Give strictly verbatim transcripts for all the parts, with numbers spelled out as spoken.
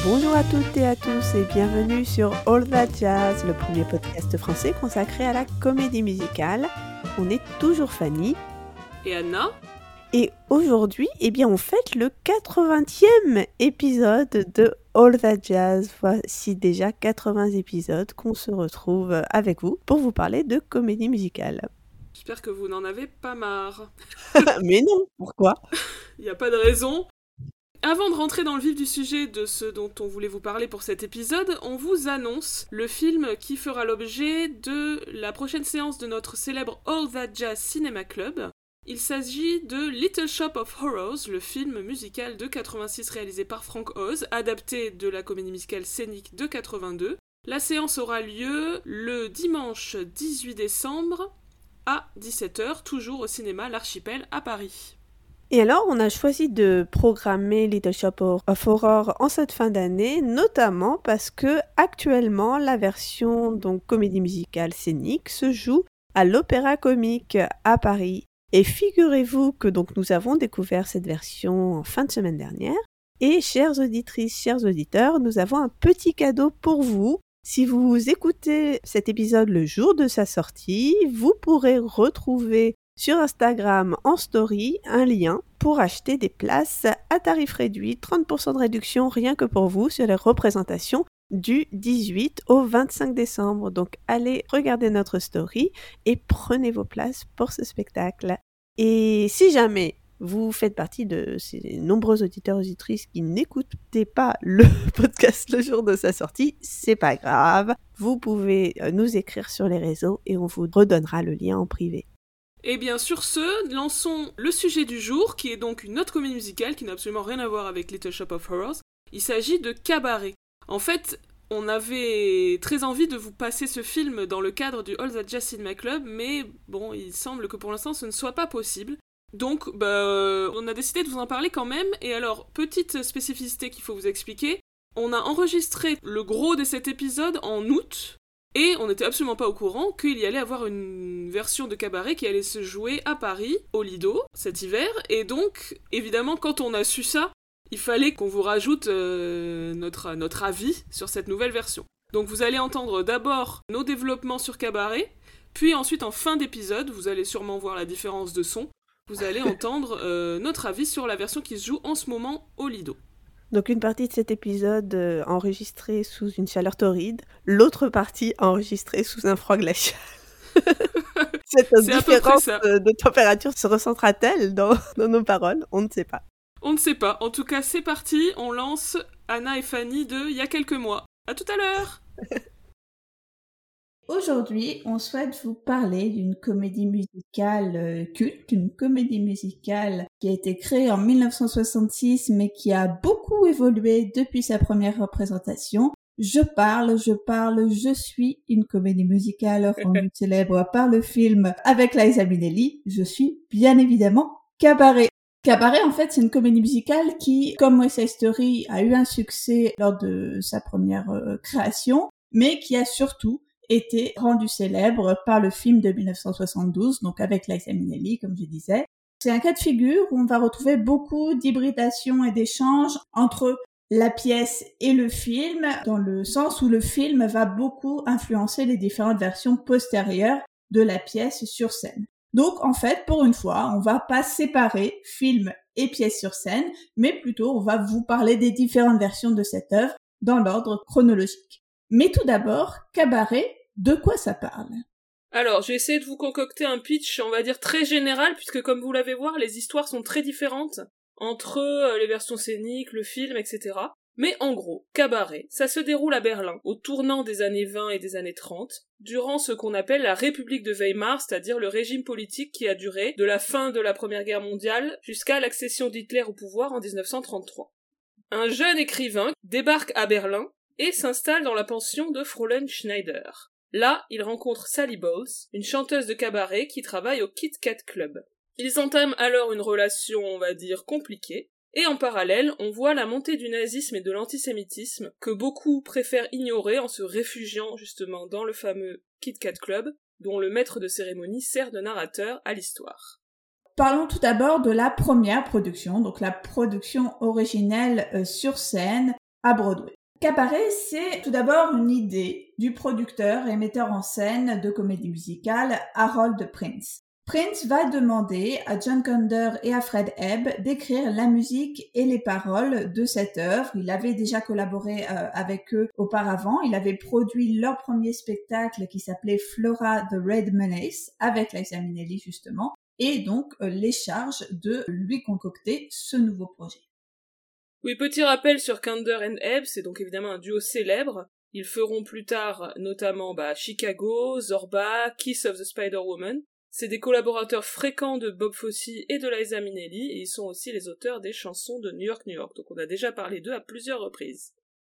Bonjour à toutes et à tous et bienvenue sur All That Jazz, le premier podcast français consacré à la comédie musicale. On est toujours Fanny et Anna. Et aujourd'hui, eh bien, on fête le quatre-vingtième épisode de All That Jazz. Voici déjà quatre-vingts épisodes qu'on se retrouve avec vous pour vous parler de comédie musicale. J'espère que vous n'en avez pas marre. Mais non, pourquoi ? Il n'y a pas de raison. Avant de rentrer dans le vif du sujet de ce dont on voulait vous parler pour cet épisode, on vous annonce le film qui fera l'objet de la prochaine séance de notre célèbre All That Jazz Cinema Club. Il s'agit de Little Shop of Horrors, le film musical de quatre-vingt-six réalisé par Frank Oz, adapté de la comédie musicale scénique de quatre-vingt-deux. La séance aura lieu le dimanche dix-huit décembre à dix-sept heures, toujours au cinéma L'Archipel à Paris. Et alors, on a choisi de programmer Little Shop of Horrors en cette fin d'année, notamment parce que actuellement, la version donc comédie musicale scénique se joue à l'Opéra Comique à Paris. Et figurez-vous que donc nous avons découvert cette version en fin de semaine dernière. Et chères auditrices, chers auditeurs, nous avons un petit cadeau pour vous. Si vous écoutez cet épisode le jour de sa sortie, vous pourrez retrouver sur Instagram en story un lien pour acheter des places à tarif réduit, trente pour cent de réduction rien que pour vous sur les représentations du dix-huit au vingt-cinq décembre. Donc allez regarder notre story et prenez vos places pour ce spectacle. Et si jamais vous faites partie de ces nombreux auditeurs et auditrices qui n'écoutaient pas le podcast le jour de sa sortie, c'est pas grave. Vous pouvez nous écrire sur les réseaux et on vous redonnera le lien en privé. Et bien sur ce, lançons le sujet du jour, qui est donc une autre comédie musicale qui n'a absolument rien à voir avec Little Shop of Horrors. Il s'agit de Cabaret. En fait, on avait très envie de vous passer ce film dans le cadre du All That Jazz Cinema Club, mais bon, il semble que pour l'instant ce ne soit pas possible. Donc, bah, on a décidé de vous en parler quand même. Et alors, petite spécificité qu'il faut vous expliquer, on a enregistré le gros de cet épisode en août, et on n'était absolument pas au courant qu'il y allait avoir une version de Cabaret qui allait se jouer à Paris, au Lido, cet hiver. Et donc, évidemment, quand on a su ça, il fallait qu'on vous rajoute euh, notre, notre avis sur cette nouvelle version. Donc vous allez entendre d'abord nos développements sur Cabaret, puis ensuite en fin d'épisode, vous allez sûrement voir la différence de son, vous allez entendre euh, notre avis sur la version qui se joue en ce moment au Lido. Donc une partie de cet épisode euh, enregistrée sous une chaleur torride, l'autre partie enregistrée sous un froid glacial. Cette C'est différence de, de température se ressentira-t-elle dans, dans nos paroles ? On ne sait pas. On ne sait pas. En tout cas, c'est parti. On lance Anna et Fanny de il y a quelques mois. À tout à l'heure. Aujourd'hui, on souhaite vous parler d'une comédie musicale euh, culte, une comédie musicale qui a été créée en dix-neuf cent soixante-six, mais qui a beaucoup évolué depuis sa première représentation. Je parle, je parle, je suis une comédie musicale rendue célèbre par le film avec Liza Minnelli. Je suis bien évidemment Cabaret. Cabaret, en fait, c'est une comédie musicale qui, comme West Side Story, a eu un succès lors de sa première euh, création, mais qui a surtout été rendu célèbre par le film de dix-neuf cent soixante-douze, donc avec Liza Minnelli, comme je disais. C'est un cas de figure où on va retrouver beaucoup d'hybridation et d'échanges entre la pièce et le film, dans le sens où le film va beaucoup influencer les différentes versions postérieures de la pièce sur scène. Donc, en fait, pour une fois, on va pas séparer film et pièce sur scène, mais plutôt on va vous parler des différentes versions de cette œuvre dans l'ordre chronologique. Mais tout d'abord, Cabaret, de quoi ça parle ? Alors, j'ai essayé de vous concocter un pitch, on va dire très général, puisque comme vous l'avez voir, les histoires sont très différentes entre euh, les versions scéniques, le film, et cetera. Mais en gros, Cabaret, ça se déroule à Berlin, au tournant des années vingt et des années trente, durant ce qu'on appelle la République de Weimar, c'est-à-dire le régime politique qui a duré de la fin de la Première Guerre mondiale jusqu'à l'accession d'Hitler au pouvoir en dix-neuf cent trente-trois. Un jeune écrivain débarque à Berlin et s'installe dans la pension de Fräulein Schneider. Là, il rencontre Sally Bowles, une chanteuse de cabaret qui travaille au Kit Kat Club. Ils entament alors une relation, on va dire, compliquée, et en parallèle, on voit la montée du nazisme et de l'antisémitisme que beaucoup préfèrent ignorer en se réfugiant justement dans le fameux Kit Kat Club, dont le maître de cérémonie sert de narrateur à l'histoire. Parlons tout d'abord de la première production, donc la production originelle euh, sur scène à Broadway. Cabaret, c'est tout d'abord une idée du producteur et metteur en scène de comédie musicale Harold Prince. Prince va demander à John Kander et à Fred Ebb d'écrire la musique et les paroles de cette œuvre. Il avait déjà collaboré euh, avec eux auparavant. Il avait produit leur premier spectacle qui s'appelait Flora the Red Menace avec Liza Minnelli justement, et donc euh, les charges de lui concocter ce nouveau projet. Oui, petit rappel sur Kander and Ebb, c'est donc évidemment un duo célèbre. Ils feront plus tard notamment bah, Chicago, Zorba, Kiss of the Spider-Woman. C'est des collaborateurs fréquents de Bob Fosse et de Liza Minnelli, et ils sont aussi les auteurs des chansons de New York, New York. Donc on a déjà parlé d'eux à plusieurs reprises.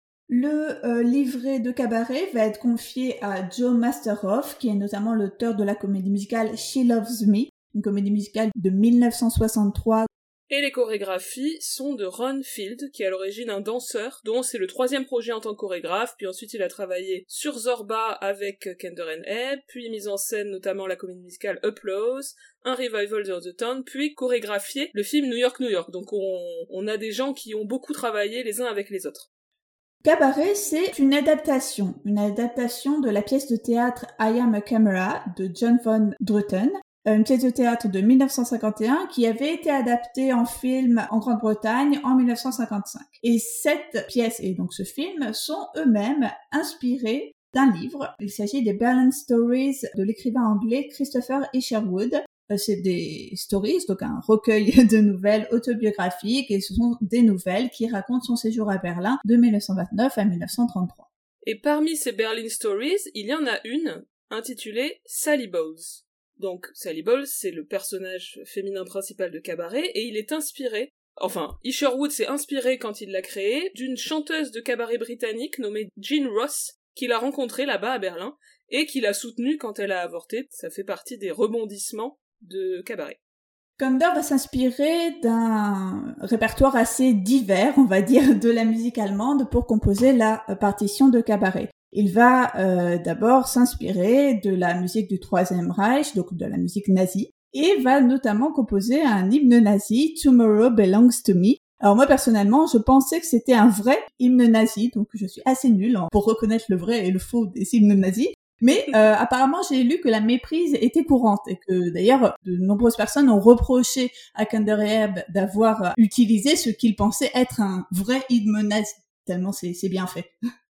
Le euh, livret de Cabaret va être confié à Joe Masteroff, qui est notamment l'auteur de la comédie musicale She Loves Me, une comédie musicale de mille neuf cent soixante-trois. Et les chorégraphies sont de Ron Field, qui est à l'origine un danseur, dont c'est le troisième projet en tant que chorégraphe, puis ensuite il a travaillé sur Zorba avec Kander and Ebb, puis mise en scène notamment la comédie musicale Applause, un revival de The Town, puis chorégraphié le film New York, New York. Donc on, on a des gens qui ont beaucoup travaillé les uns avec les autres. Cabaret, c'est une adaptation, une adaptation de la pièce de théâtre I Am a Camera de John von Druten, une pièce de théâtre de mille neuf cent cinquante et un qui avait été adaptée en film en Grande-Bretagne en mille neuf cent cinquante-cinq. Et cette pièce et donc ce film sont eux-mêmes inspirés d'un livre. Il s'agit des Berlin Stories de l'écrivain anglais Christopher Isherwood. C'est des stories, donc un recueil de nouvelles autobiographiques, et ce sont des nouvelles qui racontent son séjour à Berlin de mille neuf cent vingt-neuf à mille neuf cent trente-trois. Et parmi ces Berlin Stories, il y en a une intitulée Sally Bowles. Donc, Sally Bowles, c'est le personnage féminin principal de Cabaret, et il est inspiré, enfin, Isherwood s'est inspiré quand il l'a créé, d'une chanteuse de cabaret britannique nommée Jean Ross, qu'il a rencontrée là-bas à Berlin, et qu'il a soutenue quand elle a avorté. Ça fait partie des rebondissements de Cabaret. Kander va s'inspirer d'un répertoire assez divers, on va dire, de la musique allemande pour composer la partition de Cabaret. Il va euh, d'abord s'inspirer de la musique du Troisième Reich, donc de la musique nazie, et va notamment composer un hymne nazi, Tomorrow Belongs to Me. Alors moi personnellement, je pensais que c'était un vrai hymne nazi, donc je suis assez nulle pour reconnaître le vrai et le faux des hymnes nazis. Mais euh, apparemment, j'ai lu que la méprise était courante et que d'ailleurs de nombreuses personnes ont reproché à Kander et Ebb d'avoir utilisé ce qu'ils pensaient être un vrai hymne nazi, tellement c'est, c'est bien fait.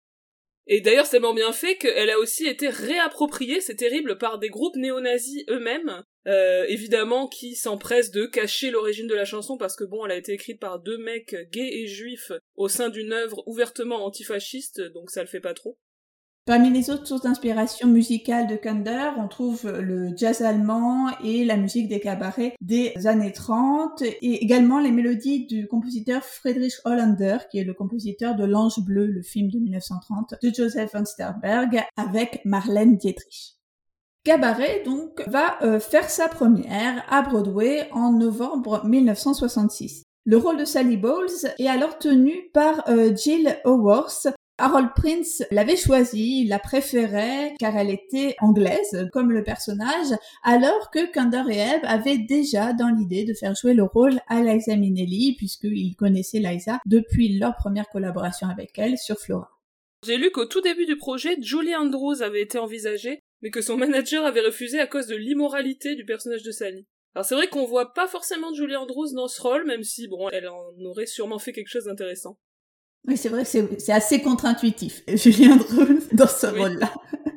Et d'ailleurs, c'est tellement bien fait qu'elle a aussi été réappropriée, c'est terrible, par des groupes néo-nazis eux-mêmes, euh, évidemment, qui s'empressent de cacher l'origine de la chanson parce que bon, elle a été écrite par deux mecs gays et juifs au sein d'une œuvre ouvertement antifasciste, donc ça le fait pas trop. Parmi les autres sources d'inspiration musicale de Kander, on trouve le jazz allemand et la musique des cabarets des années trente, et également les mélodies du compositeur Friedrich Hollander, qui est le compositeur de L'Ange bleu, le film de mille neuf cent trente de Joseph von Sternberg, avec Marlène Dietrich. Cabaret, donc, va euh, faire sa première à Broadway en novembre mille neuf cent soixante-six. Le rôle de Sally Bowles est alors tenu par euh, Jill Howarth. Harold Prince l'avait choisie, il la préférait car elle était anglaise comme le personnage, alors que Kander et Ebb avaient déjà dans l'idée de faire jouer le rôle à Liza Minnelli puisqu'ils connaissaient Liza depuis leur première collaboration avec elle sur Flora. J'ai lu qu'au tout début du projet, Julie Andrews avait été envisagée, mais que son manager avait refusé à cause de l'immoralité du personnage de Sally. Alors c'est vrai qu'on voit pas forcément Julie Andrews dans ce rôle, même si bon, elle en aurait sûrement fait quelque chose d'intéressant. Oui, c'est vrai que c'est, c'est assez contre-intuitif, Julie Andrews, dans ce oui. rôle-là.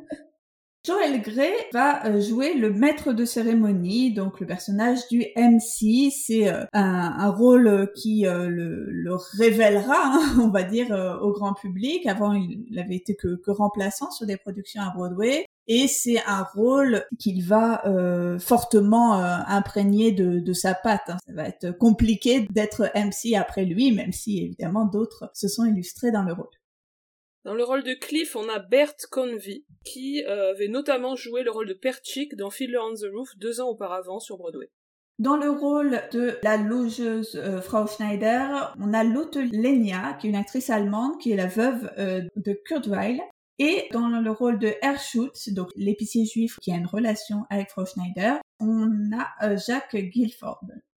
Joel Grey va jouer le maître de cérémonie, donc le personnage du M C. C'est euh, un, un rôle qui euh, le, le révélera, hein, on va dire, euh, au grand public. Avant, il avait été que, que remplaçant sur des productions à Broadway. Et c'est un rôle qu'il va euh, fortement euh, imprégner de, de sa patte. Hein. Ça va être compliqué d'être M C après lui, même si évidemment d'autres se sont illustrés dans le rôle. Dans le rôle de Cliff, on a Bert Convy, qui euh, avait notamment joué le rôle de Perchik dans Fiddler on the Roof deux ans auparavant sur Broadway. Dans le rôle de la logeuse euh, Frau Schneider, on a Lotte Lenya, qui est une actrice allemande, qui est la veuve euh, de Kurt Weill. Et dans le rôle de Herr Schutz, donc l'épicier juif qui a une relation avec Frau Schneider, on a euh, Jacques Guilford.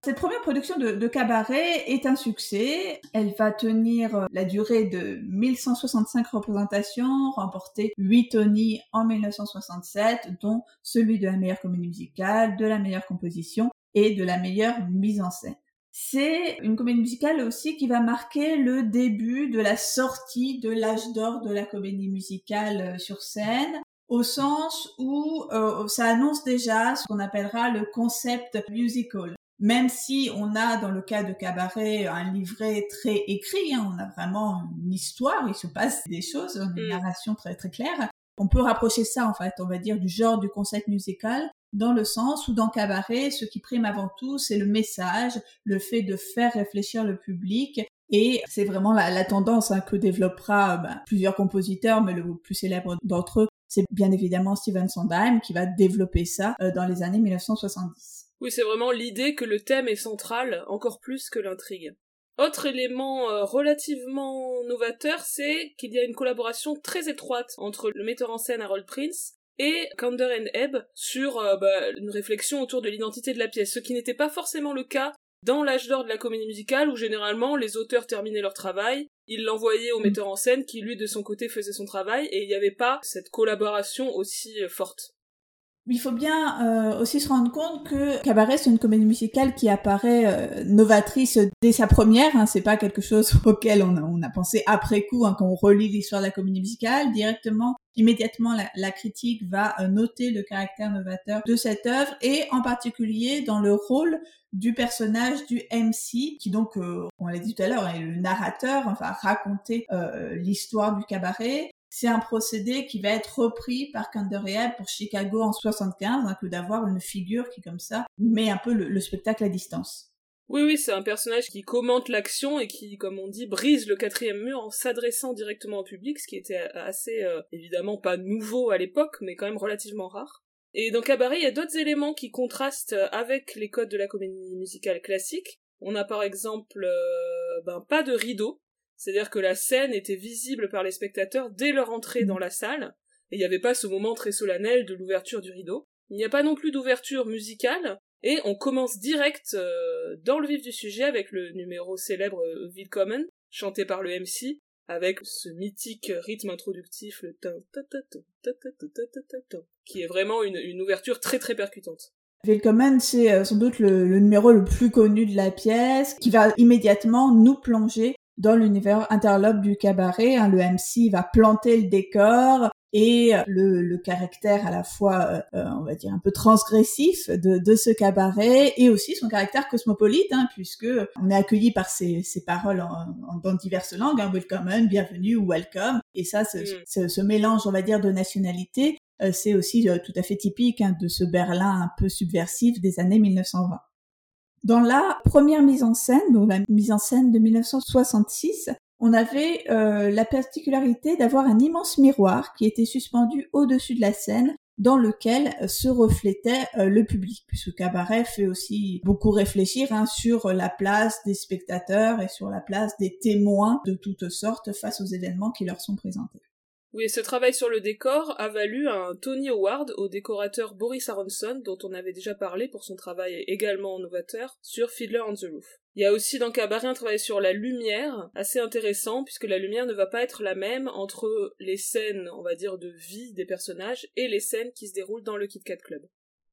Cette première production de, de cabaret est un succès. Elle va tenir la durée de mille cent soixante-cinq représentations, remporter huit Tony en mille neuf cent soixante-sept, dont celui de la meilleure comédie musicale, de la meilleure composition et de la meilleure mise en scène. C'est une comédie musicale aussi qui va marquer le début de la sortie de l'âge d'or de la comédie musicale sur scène, au sens où euh, ça annonce déjà ce qu'on appellera le concept musical. Même si on a, dans le cas de Cabaret, un livret très écrit, hein, on a vraiment une histoire, il se passe des choses, une narration très très claire. On peut rapprocher ça, en fait, on va dire, du genre du concept musical, dans le sens où dans Cabaret, ce qui prime avant tout, c'est le message, le fait de faire réfléchir le public. Et c'est vraiment la, la tendance hein, que développera ben, plusieurs compositeurs, mais le plus célèbre d'entre eux, c'est bien évidemment Stephen Sondheim qui va développer ça euh, dans les années mille neuf cent soixante-dix. Oui, c'est vraiment l'idée que le thème est central, encore plus que l'intrigue. Autre élément euh, relativement novateur, c'est qu'il y a une collaboration très étroite entre le metteur en scène Harold Prince et Kander and Ebb sur euh, bah, une réflexion autour de l'identité de la pièce, ce qui n'était pas forcément le cas dans l'âge d'or de la comédie musicale, où généralement les auteurs terminaient leur travail, ils l'envoyaient au metteur en scène qui lui de son côté faisait son travail, et il n'y avait pas cette collaboration aussi euh, forte. Il faut bien euh, aussi se rendre compte que Cabaret, c'est une comédie musicale qui apparaît euh, novatrice dès sa première. Hein, c'est pas quelque chose auquel on a, on a pensé après coup hein, quand on relit l'histoire de la comédie musicale. Directement, immédiatement, la, la critique va euh, noter le caractère novateur de cette œuvre et en particulier dans le rôle du personnage du M C, qui donc, euh, on l'a dit tout à l'heure, est le narrateur, enfin raconter euh, l'histoire du cabaret. C'est un procédé qui va être repris par Kander and Ebb pour Chicago en soixante-quinze, hein, que d'avoir une figure qui, comme ça, met un peu le, le spectacle à distance. Oui, oui, c'est un personnage qui commente l'action et qui, comme on dit, brise le quatrième mur en s'adressant directement au public, ce qui était assez, euh, évidemment, pas nouveau à l'époque, mais quand même relativement rare. Et dans Cabaret, il y a d'autres éléments qui contrastent avec les codes de la comédie musicale classique. On a par exemple, euh, ben, pas de rideau. C'est-à-dire que la scène était visible par les spectateurs dès leur entrée dans la salle, et il n'y avait pas ce moment très solennel de l'ouverture du rideau. Il n'y a pas non plus d'ouverture musicale, et on commence direct euh, dans le vif du sujet avec le numéro célèbre euh, Willkommen, chanté par le M C, avec ce mythique rythme introductif, le ta ta ta ta ta ta ta ta ta ta, qui est vraiment une, une ouverture très très percutante. Willkommen, c'est euh, sans doute le, le numéro le plus connu de la pièce, qui va immédiatement nous plonger dans l'univers interlope du cabaret. Hein, le M C va planter le décor et le, le caractère à la fois, euh, on va dire, un peu transgressif de, de ce cabaret et aussi son caractère cosmopolite, hein, puisque on est accueilli par ces, ces paroles en, en, dans diverses langues, hein, welcome, bienvenue ou welcome. Et ça, ce, mm. ce, ce mélange, on va dire, de nationalités, euh, c'est aussi euh, tout à fait typique hein, de ce Berlin un peu subversif des années mille neuf cent vingt. Dans la première mise en scène, donc la mise en scène de mille neuf cent soixante-six, on avait euh, la particularité d'avoir un immense miroir qui était suspendu au-dessus de la scène, dans lequel se reflétait euh, le public, puisque Cabaret fait aussi beaucoup réfléchir hein, sur la place des spectateurs et sur la place des témoins de toutes sortes face aux événements qui leur sont présentés. Oui, et ce travail sur le décor a valu un Tony Award au décorateur Boris Aronson, dont on avait déjà parlé pour son travail également novateur sur Fiddler on the Roof. Il y a aussi dans Cabaret un travail sur la lumière, assez intéressant, puisque la lumière ne va pas être la même entre les scènes, on va dire, de vie des personnages et les scènes qui se déroulent dans le Kit Kat Club.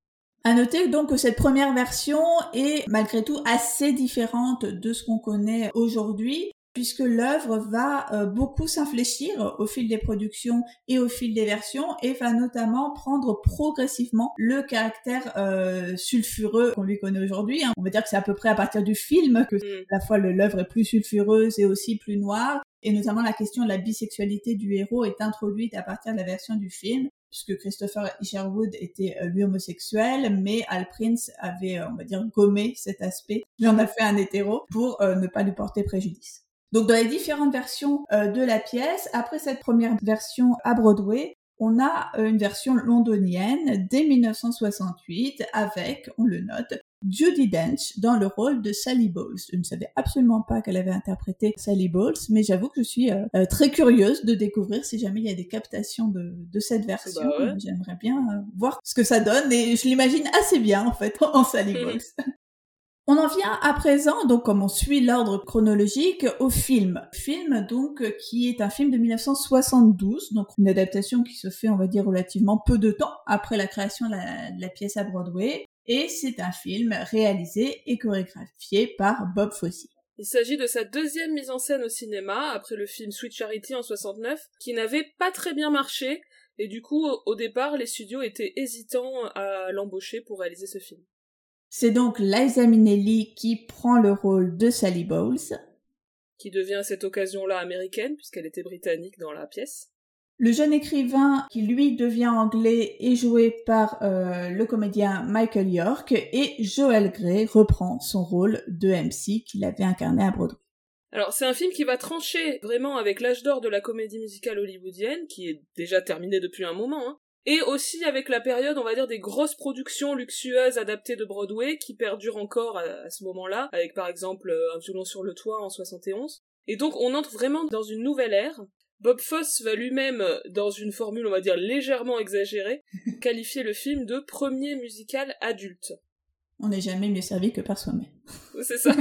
À noter donc que cette première version est malgré tout assez différente de ce qu'on connaît aujourd'hui, puisque l'œuvre va euh, beaucoup s'infléchir au fil des productions et au fil des versions, et va notamment prendre progressivement le caractère euh, sulfureux qu'on lui connaît aujourd'hui. Hein. On va dire que c'est à peu près à partir du film que mm. à la fois le, l'œuvre est plus sulfureuse et aussi plus noire, et notamment la question de la bisexualité du héros est introduite à partir de la version du film, puisque Christopher Isherwood était euh, lui homosexuel, mais Al Prince avait, euh, on va dire, gommé cet aspect. Il en a fait un hétéro pour euh, ne pas lui porter préjudice. Donc dans les différentes versions euh, de la pièce, après cette première version à Broadway, on a euh, une version londonienne dès mille neuf cent soixante-huit avec, on le note, Judi Dench dans le rôle de Sally Bowles. Je ne savais absolument pas qu'elle avait interprété Sally Bowles, mais j'avoue que je suis euh, euh, très curieuse de découvrir si jamais il y a des captations de, de cette version. Bah ouais. J'aimerais bien euh, voir ce que ça donne et je l'imagine assez bien en fait en Sally Bowles. On en vient à présent, donc comme on suit l'ordre chronologique, au film. Film donc qui est un film de mille neuf cent soixante-douze, donc une adaptation qui se fait, on va dire, relativement peu de temps après la création de la, de la pièce à Broadway. Et c'est un film réalisé et chorégraphié par Bob Fosse. Il s'agit de sa deuxième mise en scène au cinéma, après le film Sweet Charity en soixante-neuf, qui n'avait pas très bien marché, et du coup, au départ, les studios étaient hésitants à l'embaucher pour réaliser ce film. C'est donc Liza Minnelli qui prend le rôle de Sally Bowles. Qui devient à cette occasion-là américaine, puisqu'elle était britannique dans la pièce. Le jeune écrivain, qui lui devient anglais, est joué par euh, le comédien Michael York, et Joel Grey reprend son rôle de M C qu'il avait incarné à Broadway. Alors, c'est un film qui va trancher vraiment avec l'âge d'or de la comédie musicale hollywoodienne, qui est déjà terminé depuis un moment, hein, et aussi avec la période, on va dire, des grosses productions luxueuses adaptées de Broadway, qui perdurent encore à, à ce moment-là, avec par exemple Un violon sur le toit en soixante et onze. Et donc, on entre vraiment dans une nouvelle ère. Bob Fosse va lui-même, dans une formule, on va dire, légèrement exagérée, qualifier le film de premier musical adulte. On n'est jamais mieux servi que par soi-même. C'est ça.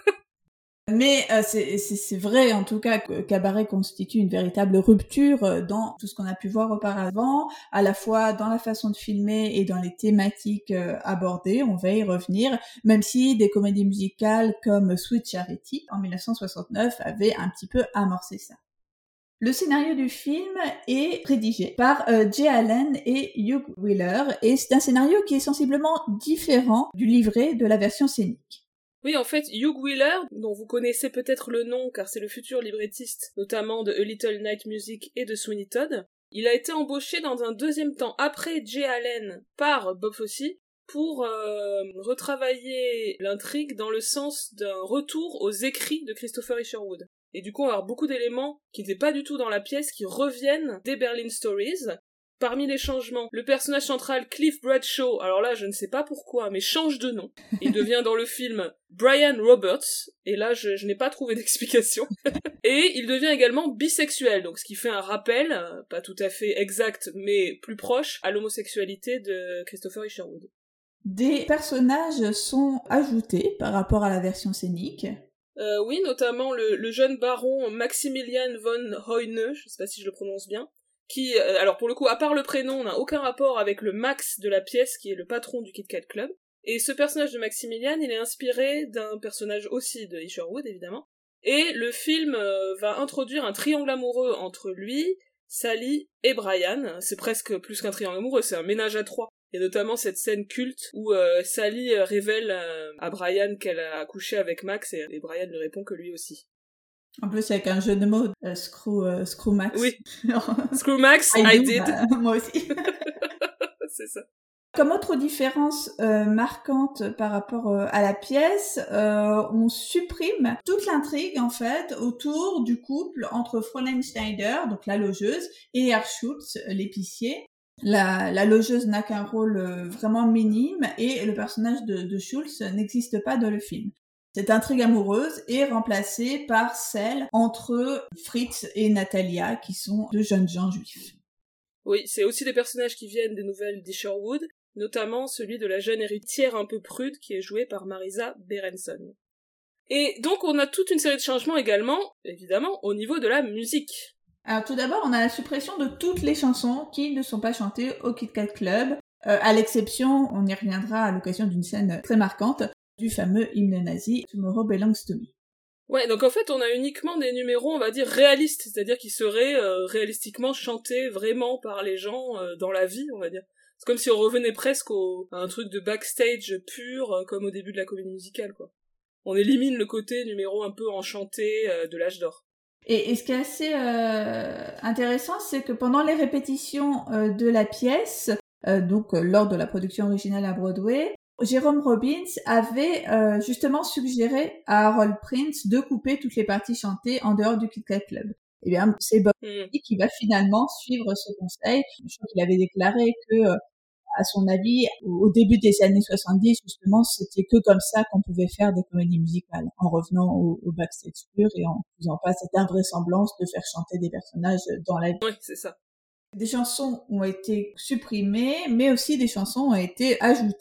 Mais euh, c'est, c'est, c'est vrai, en tout cas, que Cabaret constitue une véritable rupture dans tout ce qu'on a pu voir auparavant, à la fois dans la façon de filmer et dans les thématiques euh, abordées, on va y revenir, même si des comédies musicales comme Sweet Charity, en dix-neuf cent soixante-neuf, avaient un petit peu amorcé ça. Le scénario du film est rédigé par euh, Jay Allen et Hugh Wheeler, et c'est un scénario qui est sensiblement différent du livret de la version scénique. Oui, en fait, Hugh Wheeler, dont vous connaissez peut-être le nom car c'est le futur librettiste, notamment de A Little Night Music et de Sweeney Todd, il a été embauché dans un deuxième temps après Jay Allen par Bob Fosse pour euh, retravailler l'intrigue dans le sens d'un retour aux écrits de Christopher Isherwood. Et du coup, on va avoir beaucoup d'éléments qui n'étaient pas du tout dans la pièce, qui reviennent des Berlin Stories. Parmi les changements, le personnage central Cliff Bradshaw, alors là, je ne sais pas pourquoi, mais change de nom. Il devient dans le film Brian Roberts, et là, je, je n'ai pas trouvé d'explication. Et il devient également bisexuel, donc ce qui fait un rappel, pas tout à fait exact, mais plus proche, à l'homosexualité de Christopher Isherwood. Des personnages sont ajoutés par rapport à la version scénique. Euh, oui, notamment le, le jeune baron Maximilian von Hoyne, je sais pas si je le prononce bien, qui, euh, alors pour le coup, à part le prénom, n'a aucun rapport avec le Max de la pièce, qui est le patron du Kit Kat Club. Et ce personnage de Maximilian, il est inspiré d'un personnage aussi de Isherwood, évidemment. Et le film euh, va introduire un triangle amoureux entre lui, Sally et Brian. C'est presque plus qu'un triangle amoureux, c'est un ménage à trois. Il y a notamment cette scène culte où euh, Sally révèle euh, à Brian qu'elle a couché avec Max et, et Brian lui répond que lui aussi. En plus, avec un jeu de mots, euh, Screw, euh, Screw Max. Oui. Screw Max, I, I do, did. Bah, moi aussi. C'est ça. Comme autre différence euh, marquante par rapport euh, à la pièce, euh, on supprime toute l'intrigue en fait autour du couple entre Fräulein Schneider, donc la logeuse, et Herr Schultz, l'épicier. La, la logeuse n'a qu'un rôle euh, vraiment minime et le personnage de, de Schultz n'existe pas dans le film. Cette intrigue amoureuse est remplacée par celle entre Fritz et Natalia, qui sont deux jeunes gens juifs. Oui, c'est aussi des personnages qui viennent des nouvelles d'Isherwood, notamment celui de la jeune héritière un peu prude qui est jouée par Marisa Berenson. Et donc on a toute une série de changements également, évidemment, au niveau de la musique. Alors tout d'abord, on a la suppression de toutes les chansons qui ne sont pas chantées au Kit Kat Club, euh, à l'exception, on y reviendra à l'occasion d'une scène très marquante, du fameux hymne nazi « Tomorrow Belongs to Me ». Ouais, donc en fait, on a uniquement des numéros, on va dire, réalistes, c'est-à-dire qui seraient euh, réalistiquement chantés vraiment par les gens euh, dans la vie, on va dire. C'est comme si on revenait presque au, à un truc de backstage pur, euh, comme au début de la comédie musicale, quoi. On élimine le côté numéro un peu enchanté euh, de l'âge d'or. Et, et ce qui est assez euh, intéressant, c'est que pendant les répétitions euh, de la pièce, euh, donc euh, lors de la production originale à Broadway, Jérôme Robbins avait euh, justement suggéré à Harold Prince de couper toutes les parties chantées en dehors du Kit Kat Club. Eh bien, c'est Bob mm. qui va finalement suivre ce conseil. Je crois qu'il avait déclaré que, euh, à son avis, au début des années soixante-dix, justement, c'était que comme ça qu'on pouvait faire des comédies musicales, en revenant au, au backstage pur et en faisant pas cette invraisemblance de faire chanter des personnages dans la vie. Oui, c'est ça. Des chansons ont été supprimées, mais aussi des chansons ont été ajoutées.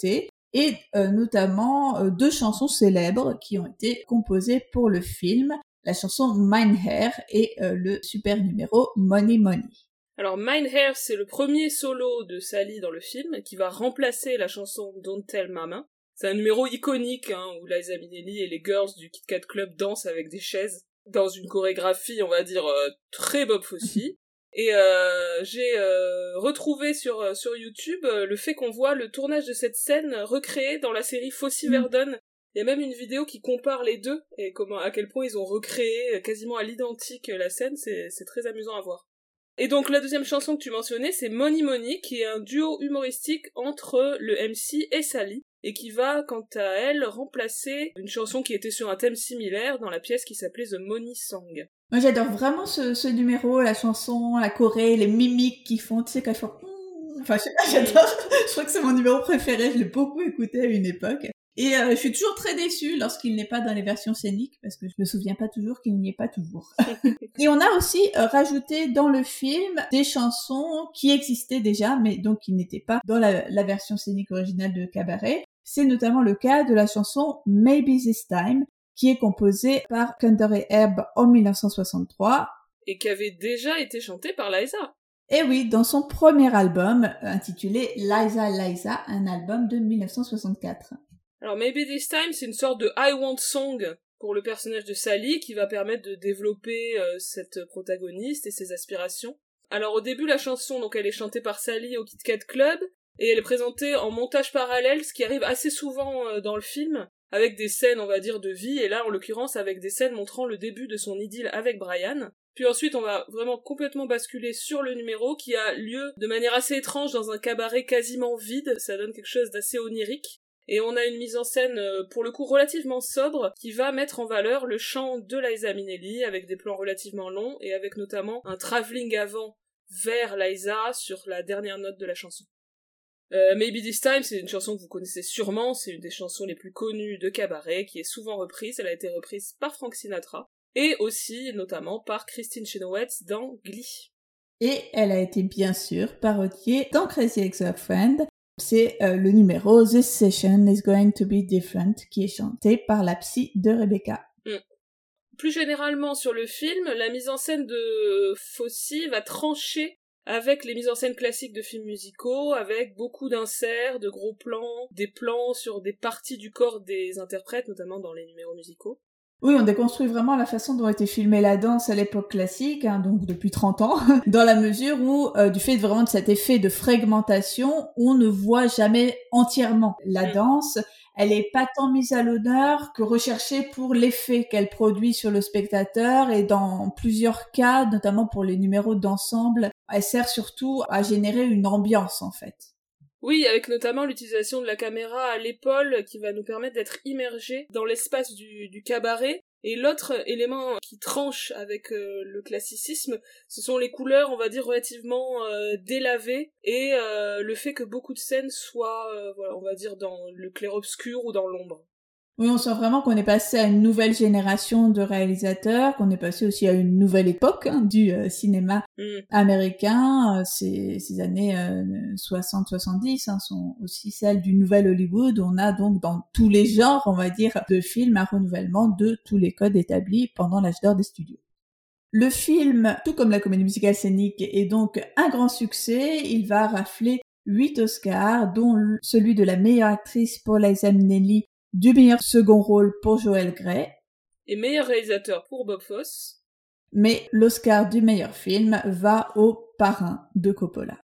et euh, notamment euh, deux chansons célèbres qui ont été composées pour le film, la chanson Mein Herr et euh, le super numéro Money Money. Alors Mein Herr, c'est le premier solo de Sally dans le film qui va remplacer la chanson Don't Tell Mama. C'est un numéro iconique hein, où Liza Minnelli et les girls du Kit Kat Club dansent avec des chaises dans une chorégraphie, on va dire, euh, très Bob Fosse. Et euh, j'ai euh, retrouvé sur euh, sur YouTube euh, le fait qu'on voit le tournage de cette scène recréé dans la série Fosse-Verdon. Il y a même une vidéo qui compare les deux et comment à quel point ils ont recréé quasiment à l'identique la scène, c'est c'est très amusant à voir. Et donc la deuxième chanson que tu mentionnais, c'est Money Money, qui est un duo humoristique entre le M C et Sally, et qui va, quant à elle, remplacer une chanson qui était sur un thème similaire dans la pièce qui s'appelait The Money Song. Moi, j'adore vraiment ce, ce numéro, la chanson, la choré, les mimiques qu'ils font, tu sais, quand ils font... Enfin, je sais pas, j'adore. Je crois que c'est mon numéro préféré, je l'ai beaucoup écouté à une époque. Et euh, je suis toujours très déçue lorsqu'il n'est pas dans les versions scéniques, parce que je me souviens pas toujours qu'il n'y est pas toujours. Et on a aussi euh, rajouté dans le film des chansons qui existaient déjà, mais donc qui n'étaient pas dans la, la version scénique originale de Cabaret. C'est notamment le cas de la chanson Maybe This Time, qui est composée par Country Herb en dix-neuf cent soixante-trois. Et qui avait déjà été chantée par Liza. Et oui, dans son premier album, intitulé Liza Liza, un album de dix-neuf cent soixante-quatre. Alors Maybe This Time, c'est une sorte de I Want Song pour le personnage de Sally qui va permettre de développer euh, cette protagoniste et ses aspirations. Alors au début, la chanson, donc elle est chantée par Sally au Kit Kat Club et elle est présentée en montage parallèle, ce qui arrive assez souvent euh, dans le film, avec des scènes, on va dire, de vie, et là, en l'occurrence, avec des scènes montrant le début de son idylle avec Brian. Puis ensuite, on va vraiment complètement basculer sur le numéro qui a lieu de manière assez étrange dans un cabaret quasiment vide, ça donne quelque chose d'assez onirique. Et on a une mise en scène, pour le coup, relativement sobre, qui va mettre en valeur le chant de Liza Minnelli, avec des plans relativement longs, et avec notamment un travelling avant vers Liza sur la dernière note de la chanson. Euh, Maybe This Time, c'est une chanson que vous connaissez sûrement, c'est une des chansons les plus connues de Cabaret, qui est souvent reprise, elle a été reprise par Frank Sinatra, et aussi, notamment, par Christine Chenoweth dans Glee. Et elle a été, bien sûr, parodiée dans Crazy Ex-Girlfriend. C'est euh, le numéro This Session is Going to Be Different, qui est chanté par la psy de Rebecca. Mm. Plus généralement sur le film, la mise en scène de Fosse va trancher avec les mises en scène classiques de films musicaux, avec beaucoup d'inserts, de gros plans, des plans sur des parties du corps des interprètes, notamment dans les numéros musicaux. Oui, on déconstruit vraiment la façon dont était filmée la danse à l'époque classique, hein, donc depuis trente ans, dans la mesure où, euh, du fait de vraiment de cet effet de fragmentation, on ne voit jamais entièrement la mmh. danse. Elle est pas tant mise à l'honneur que recherchée pour l'effet qu'elle produit sur le spectateur, et dans plusieurs cas, notamment pour les numéros d'ensemble, elle sert surtout à générer une ambiance, en fait. Oui, avec notamment l'utilisation de la caméra à l'épaule qui va nous permettre d'être immergés dans l'espace du, du cabaret. Et l'autre élément qui tranche avec euh, le classicisme, ce sont les couleurs, on va dire, relativement euh, délavées, et euh, le fait que beaucoup de scènes soient, euh, voilà, on va dire, dans le clair-obscur ou dans l'ombre. Oui, on sent vraiment qu'on est passé à une nouvelle génération de réalisateurs, qu'on est passé aussi à une nouvelle époque hein, du euh, cinéma mm. américain. Euh, ces, ces années euh, soixante soixante-dix hein, sont aussi celles du nouvel Hollywood. On a donc dans tous les genres, on va dire, de films un renouvellement de tous les codes établis pendant l'âge d'or des studios. Le film, tout comme la comédie musicale scénique, est donc un grand succès. Il va rafler huit Oscars, dont celui de la meilleure actrice pour Liza Minnelli, du meilleur second rôle pour Joel Grey. Et meilleur réalisateur pour Bob Fosse. Mais l'Oscar du meilleur film va au Parrain de Coppola.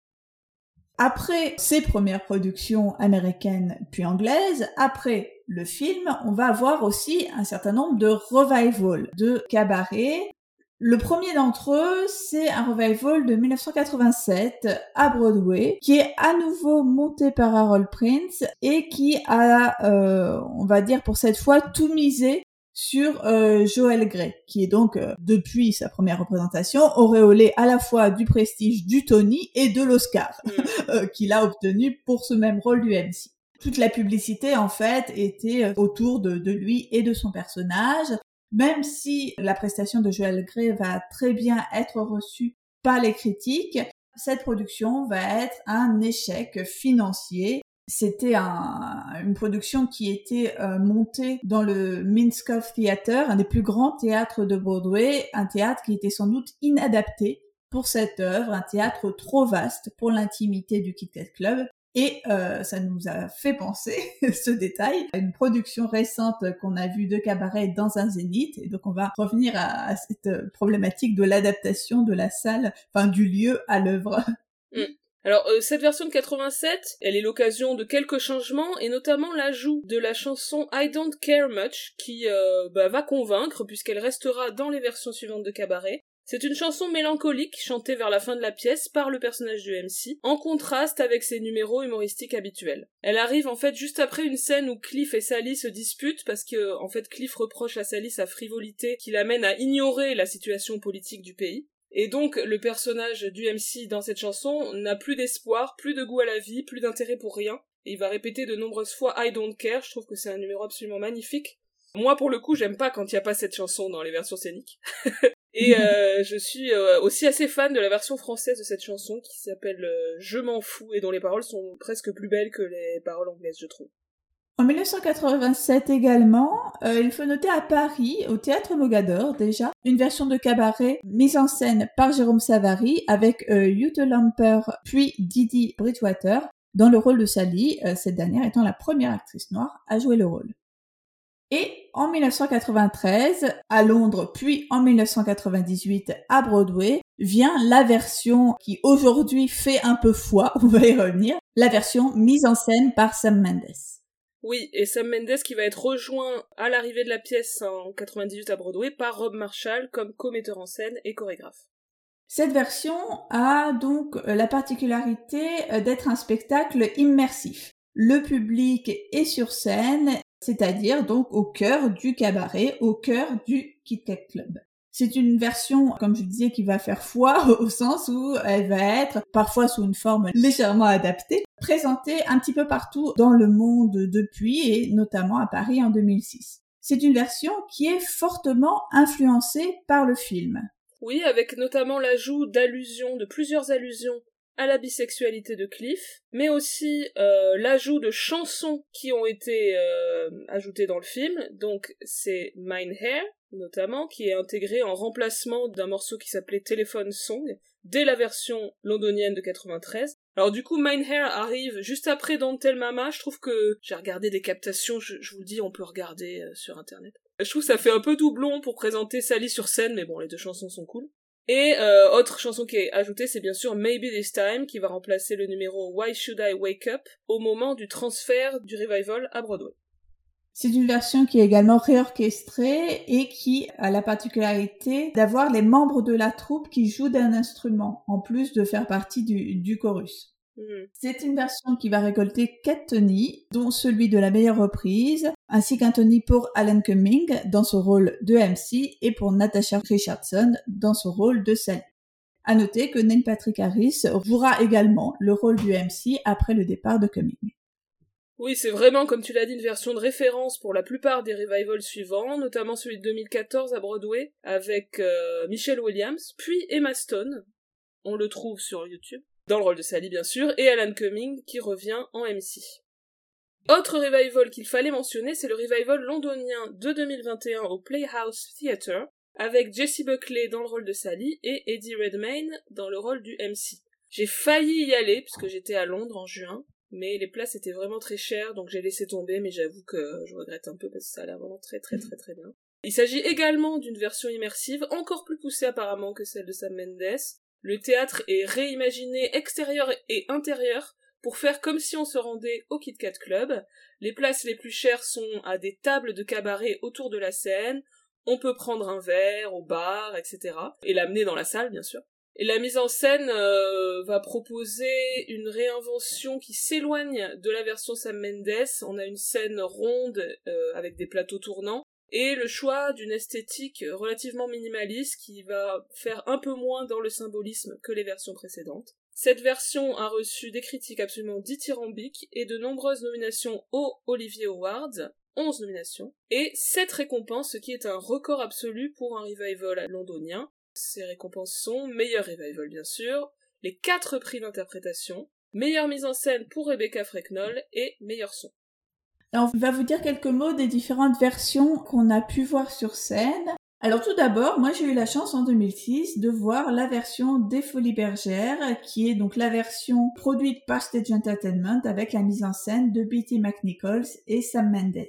Après ses premières productions américaines puis anglaises, après le film, on va avoir aussi un certain nombre de revivals de cabaret. Le premier d'entre eux, c'est un revival de dix-neuf cent quatre-vingt-sept à Broadway, qui est à nouveau monté par Harold Prince et qui a, euh, on va dire pour cette fois, tout misé sur euh, Joel Grey, qui est donc, euh, depuis sa première représentation, auréolé à la fois du prestige du Tony et de l'Oscar, mmh. euh, qu'il a obtenu pour ce même rôle du M C. Toute la publicité, en fait, était autour de, de lui et de son personnage. Même si la prestation de Joel Grey va très bien être reçue par les critiques, cette production va être un échec financier. C'était un, une production qui était euh, montée dans le Minskoff Theater, un des plus grands théâtres de Broadway, un théâtre qui était sans doute inadapté pour cette œuvre, un théâtre trop vaste pour l'intimité du Kit Kat Club. Et euh, ça nous a fait penser, ce détail, à une production récente qu'on a vue de Cabaret dans un zénith. Et donc on va revenir à, à cette problématique de l'adaptation de la salle, enfin du lieu à l'œuvre. Mm. Alors, euh, cette version de quatre-vingt-sept, elle est l'occasion de quelques changements, et notamment l'ajout de la chanson I Don't Care Much, qui euh, bah, va convaincre, puisqu'elle restera dans les versions suivantes de Cabaret. C'est une chanson mélancolique, chantée vers la fin de la pièce par le personnage du M C, en contraste avec ses numéros humoristiques habituels. Elle arrive en fait juste après une scène où Cliff et Sally se disputent, parce que en fait Cliff reproche à Sally sa frivolité qui l'amène à ignorer la situation politique du pays. Et donc, le personnage du M C dans cette chanson n'a plus d'espoir, plus de goût à la vie, plus d'intérêt pour rien. Et il va répéter de nombreuses fois I don't care. Je trouve que c'est un numéro absolument magnifique. Moi, pour le coup, j'aime pas quand il n'y a pas cette chanson dans les versions scéniques. Et euh, je suis euh, aussi assez fan de la version française de cette chanson qui s'appelle euh, Je m'en fous et dont les paroles sont presque plus belles que les paroles anglaises, je trouve. En dix-neuf cent quatre-vingt-sept également, euh, il faut noter à Paris, au Théâtre Mogador déjà, une version de Cabaret mise en scène par Jérôme Savary avec euh, Jute Lamper puis Didi Bridgewater dans le rôle de Sally, euh, cette dernière étant la première actrice noire à jouer le rôle. Et en dix-neuf cent quatre-vingt-treize, à Londres, puis en dix-neuf cent quatre-vingt-dix-huit à Broadway, vient la version qui aujourd'hui fait un peu foi, on va y revenir, la version mise en scène par Sam Mendes. Oui, et Sam Mendes qui va être rejoint à l'arrivée de la pièce en quatre-vingt-dix-huit à Broadway par Rob Marshall comme co-metteur en scène et chorégraphe. Cette version a donc la particularité d'être un spectacle immersif. Le public est sur scène, c'est-à-dire donc au cœur du cabaret, au cœur du Kit Kat Club. C'est une version, comme je disais, qui va faire foi au sens où elle va être, parfois sous une forme légèrement adaptée, présentée un petit peu partout dans le monde depuis, et notamment à Paris en deux mille six. C'est une version qui est fortement influencée par le film. Oui, avec notamment l'ajout d'allusions, de plusieurs allusions à la bisexualité de Cliff, mais aussi euh, l'ajout de chansons qui ont été euh, ajoutées dans le film. Donc c'est Mine Hair, notamment, qui est intégré en remplacement d'un morceau qui s'appelait Telephone Song, dès la version londonienne de quatre-vingt-treize. Alors du coup, Mine Hair arrive juste après Don't Tell Mama. Je trouve que j'ai regardé des captations, je, je vous le dis, on peut regarder euh, sur internet. Je trouve que ça fait un peu doublon pour présenter Sally sur scène, mais bon, les deux chansons sont cool. Et euh, autre chanson qui est ajoutée, c'est bien sûr Maybe This Time, qui va remplacer le numéro Why Should I Wake Up au moment du transfert du revival à Broadway. C'est une version qui est également réorchestrée et qui a la particularité d'avoir les membres de la troupe qui jouent d'un instrument, en plus de faire partie du, du chorus. Mmh. C'est une version qui va récolter quatre Tony, dont celui de la meilleure reprise, ainsi qu'un Tony pour Alan Cumming dans son rôle de M C et pour Natasha Richardson dans son rôle de Sally. À noter que Neil Patrick Harris jouera également le rôle du M C après le départ de Cumming. Oui, c'est vraiment, comme tu l'as dit, une version de référence pour la plupart des revivals suivants, notamment celui de deux mille quatorze à Broadway, avec euh, Michelle Williams, puis Emma Stone, on le trouve sur YouTube, dans le rôle de Sally bien sûr, et Alan Cumming qui revient en M C. Autre revival qu'il fallait mentionner, c'est le revival londonien de deux mille vingt et un au Playhouse Theatre, avec Jessie Buckley dans le rôle de Sally et Eddie Redmayne dans le rôle du M C. J'ai failli y aller, puisque j'étais à Londres en juin, mais les places étaient vraiment très chères, donc j'ai laissé tomber, mais j'avoue que je regrette un peu parce que ça a l'air vraiment très très très très bien. Il s'agit également d'une version immersive, encore plus poussée apparemment que celle de Sam Mendes. Le théâtre est réimaginé extérieur et intérieur pour faire comme si on se rendait au Kit Kat Club. Les places les plus chères sont à des tables de cabaret autour de la scène, on peut prendre un verre au bar, et cetera. Et l'amener dans la salle, bien sûr. Et la mise en scène euh, va proposer une réinvention qui s'éloigne de la version Sam Mendes. On a une scène ronde euh, avec des plateaux tournants et le choix d'une esthétique relativement minimaliste qui va faire un peu moins dans le symbolisme que les versions précédentes. Cette version a reçu des critiques absolument dithyrambiques et de nombreuses nominations aux Olivier Awards, onze nominations, et sept récompenses, ce qui est un record absolu pour un revival londonien. Ces récompenses sont meilleur revival bien sûr, les quatre prix d'interprétation, meilleure mise en scène pour Rebecca Fresnel et meilleur son. Alors, on va vous dire quelques mots des différentes versions qu'on a pu voir sur scène. Alors tout d'abord, moi j'ai eu la chance en deux mille six de voir la version des Folies Bergères, qui est donc la version produite par Stage Entertainment avec la mise en scène de Betty McNichols et Sam Mendes.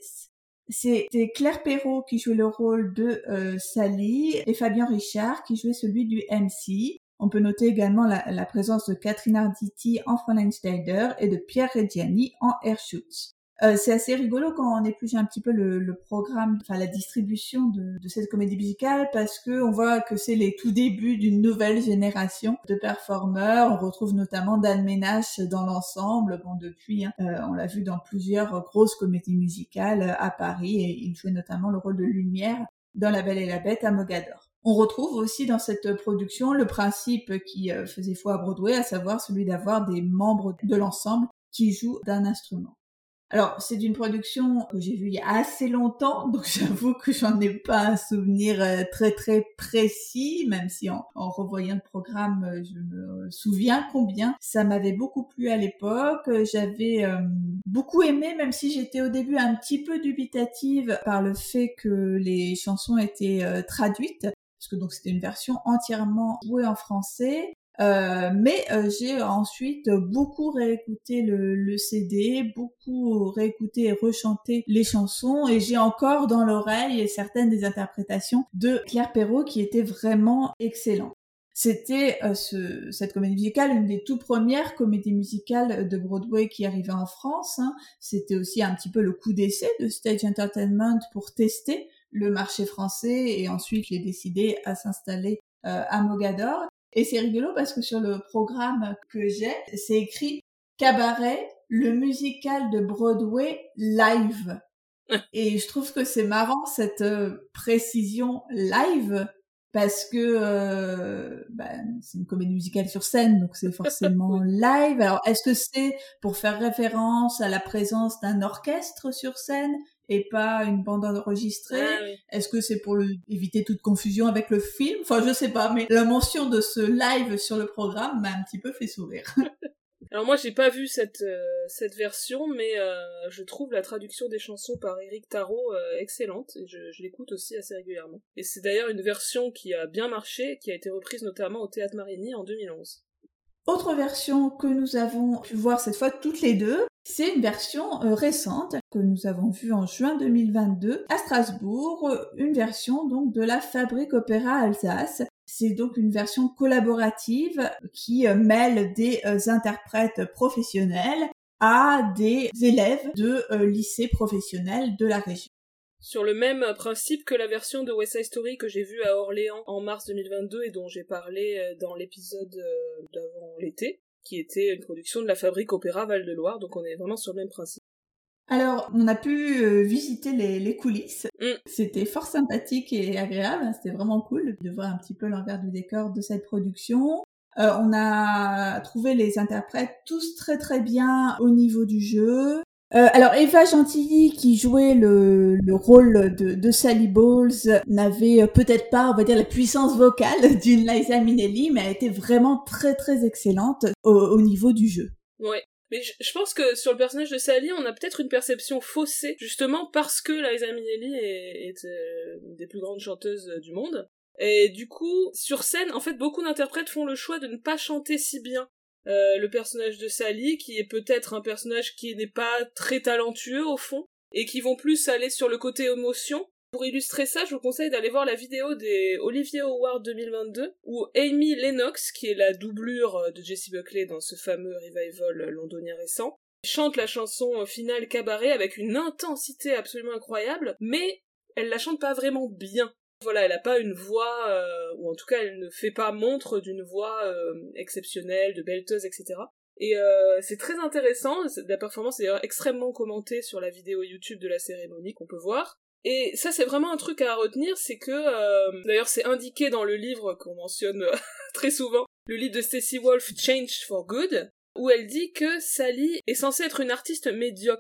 C'était Claire Perrault qui jouait le rôle de euh, Sally et Fabien Richard qui jouait celui du M C. On peut noter également la, la présence de Catherine Arditi en Fräulein Schneider et de Pierre Reggiani en Herr Schutz. Euh, c'est assez rigolo quand on épluche un petit peu le, le programme, enfin la distribution de, de cette comédie musicale, parce que on voit que c'est les tout débuts d'une nouvelle génération de performeurs. On retrouve notamment Dan Ménache dans l'ensemble. Bon, depuis, hein, euh, on l'a vu dans plusieurs grosses comédies musicales à Paris, et il jouait notamment le rôle de Lumière dans La Belle et la Bête à Mogador. On retrouve aussi dans cette production le principe qui euh, faisait foi à Broadway, à savoir celui d'avoir des membres de l'ensemble qui jouent d'un instrument. Alors, c'est une production que j'ai vue il y a assez longtemps, donc j'avoue que j'en ai pas un souvenir très très précis, même si en, en revoyant le programme, je me souviens combien ça m'avait beaucoup plu à l'époque. J'avais euh, beaucoup aimé, même si j'étais au début un petit peu dubitative par le fait que les chansons étaient euh, traduites, parce que donc c'était une version entièrement jouée en français. Euh, mais euh, j'ai ensuite beaucoup réécouté le, le C D, beaucoup réécouté et rechanté les chansons, et j'ai encore dans l'oreille certaines des interprétations de Claire Perrault qui étaient vraiment excellentes. C'était euh, ce, cette comédie musicale, une des toutes premières comédies musicales de Broadway qui arrivait en France. Hein. C'était aussi un petit peu le coup d'essai de Stage Entertainment pour tester le marché français et ensuite les décider à s'installer euh, à Mogador. Et c'est rigolo parce que sur le programme que j'ai, c'est écrit Cabaret, le musical de Broadway live. Et je trouve que c'est marrant cette euh, précision live parce que euh, ben, c'est une comédie musicale sur scène, donc c'est forcément live. Alors est-ce que c'est pour faire référence à la présence d'un orchestre sur scène et pas une bande enregistrée? Ah, oui. Est-ce que c'est pour le, éviter toute confusion avec le film? Enfin, je sais pas, mais la mention de ce live sur le programme m'a un petit peu fait sourire. Alors moi, j'ai pas vu cette euh, cette version, mais euh, je trouve la traduction des chansons par Éric Tarot euh, excellente, et je, je l'écoute aussi assez régulièrement. Et c'est d'ailleurs une version qui a bien marché, et qui a été reprise notamment au Théâtre Marigny en deux mille onze. Autre version que nous avons pu voir cette fois toutes les deux, c'est une version euh, récente que nous avons vue en juin deux mille vingt-deux à Strasbourg, une version donc de la Fabrique Opéra Alsace. C'est donc une version collaborative qui euh, mêle des euh, interprètes professionnels à des élèves de euh, lycées professionnels de la région. Sur le même principe que la version de West Side Story que j'ai vue à Orléans en mars deux mille vingt-deux et dont j'ai parlé dans l'épisode d'avant l'été, qui était une production de la Fabrique Opéra Val-de-Loire, donc on est vraiment sur le même principe. Alors, on a pu euh, visiter les, les coulisses. Mm. C'était fort sympathique et agréable. C'était vraiment cool de voir un petit peu l'envers du décor de cette production. Euh, on a trouvé les interprètes tous très très bien au niveau du jeu. Euh, alors Eva Gentilly qui jouait le, le rôle de, de Sally Bowles n'avait peut-être pas, on va dire, la puissance vocale d'une Liza Minnelli, mais elle était vraiment très très excellente au, au niveau du jeu. Ouais. Mais je, je pense que sur le personnage de Sally, on a peut-être une perception faussée, justement parce que Liza Minnelli est, est euh, une des plus grandes chanteuses du monde. Et du coup, sur scène, en fait, beaucoup d'interprètes font le choix de ne pas chanter si bien euh, le personnage de Sally, qui est peut-être un personnage qui n'est pas très talentueux au fond, et qui vont plus aller sur le côté émotion. Pour illustrer ça, je vous conseille d'aller voir la vidéo des Olivier Awards deux mille vingt-deux, où Amy Lennox, qui est la doublure de Jessie Buckley dans ce fameux revival londonien récent, chante la chanson finale Cabaret avec une intensité absolument incroyable, mais elle la chante pas vraiment bien. Voilà, elle a pas une voix, euh, ou en tout cas elle ne fait pas montre d'une voix euh, exceptionnelle, de belleteuse, et cetera. Et euh, c'est très intéressant, la performance est d'ailleurs extrêmement commentée sur la vidéo YouTube de la cérémonie qu'on peut voir. Et ça, c'est vraiment un truc à retenir, c'est que, euh, d'ailleurs c'est indiqué dans le livre qu'on mentionne euh, très souvent, le livre de Stacey Wolf, Change for Good, où elle dit que Sally est censée être une artiste médiocre.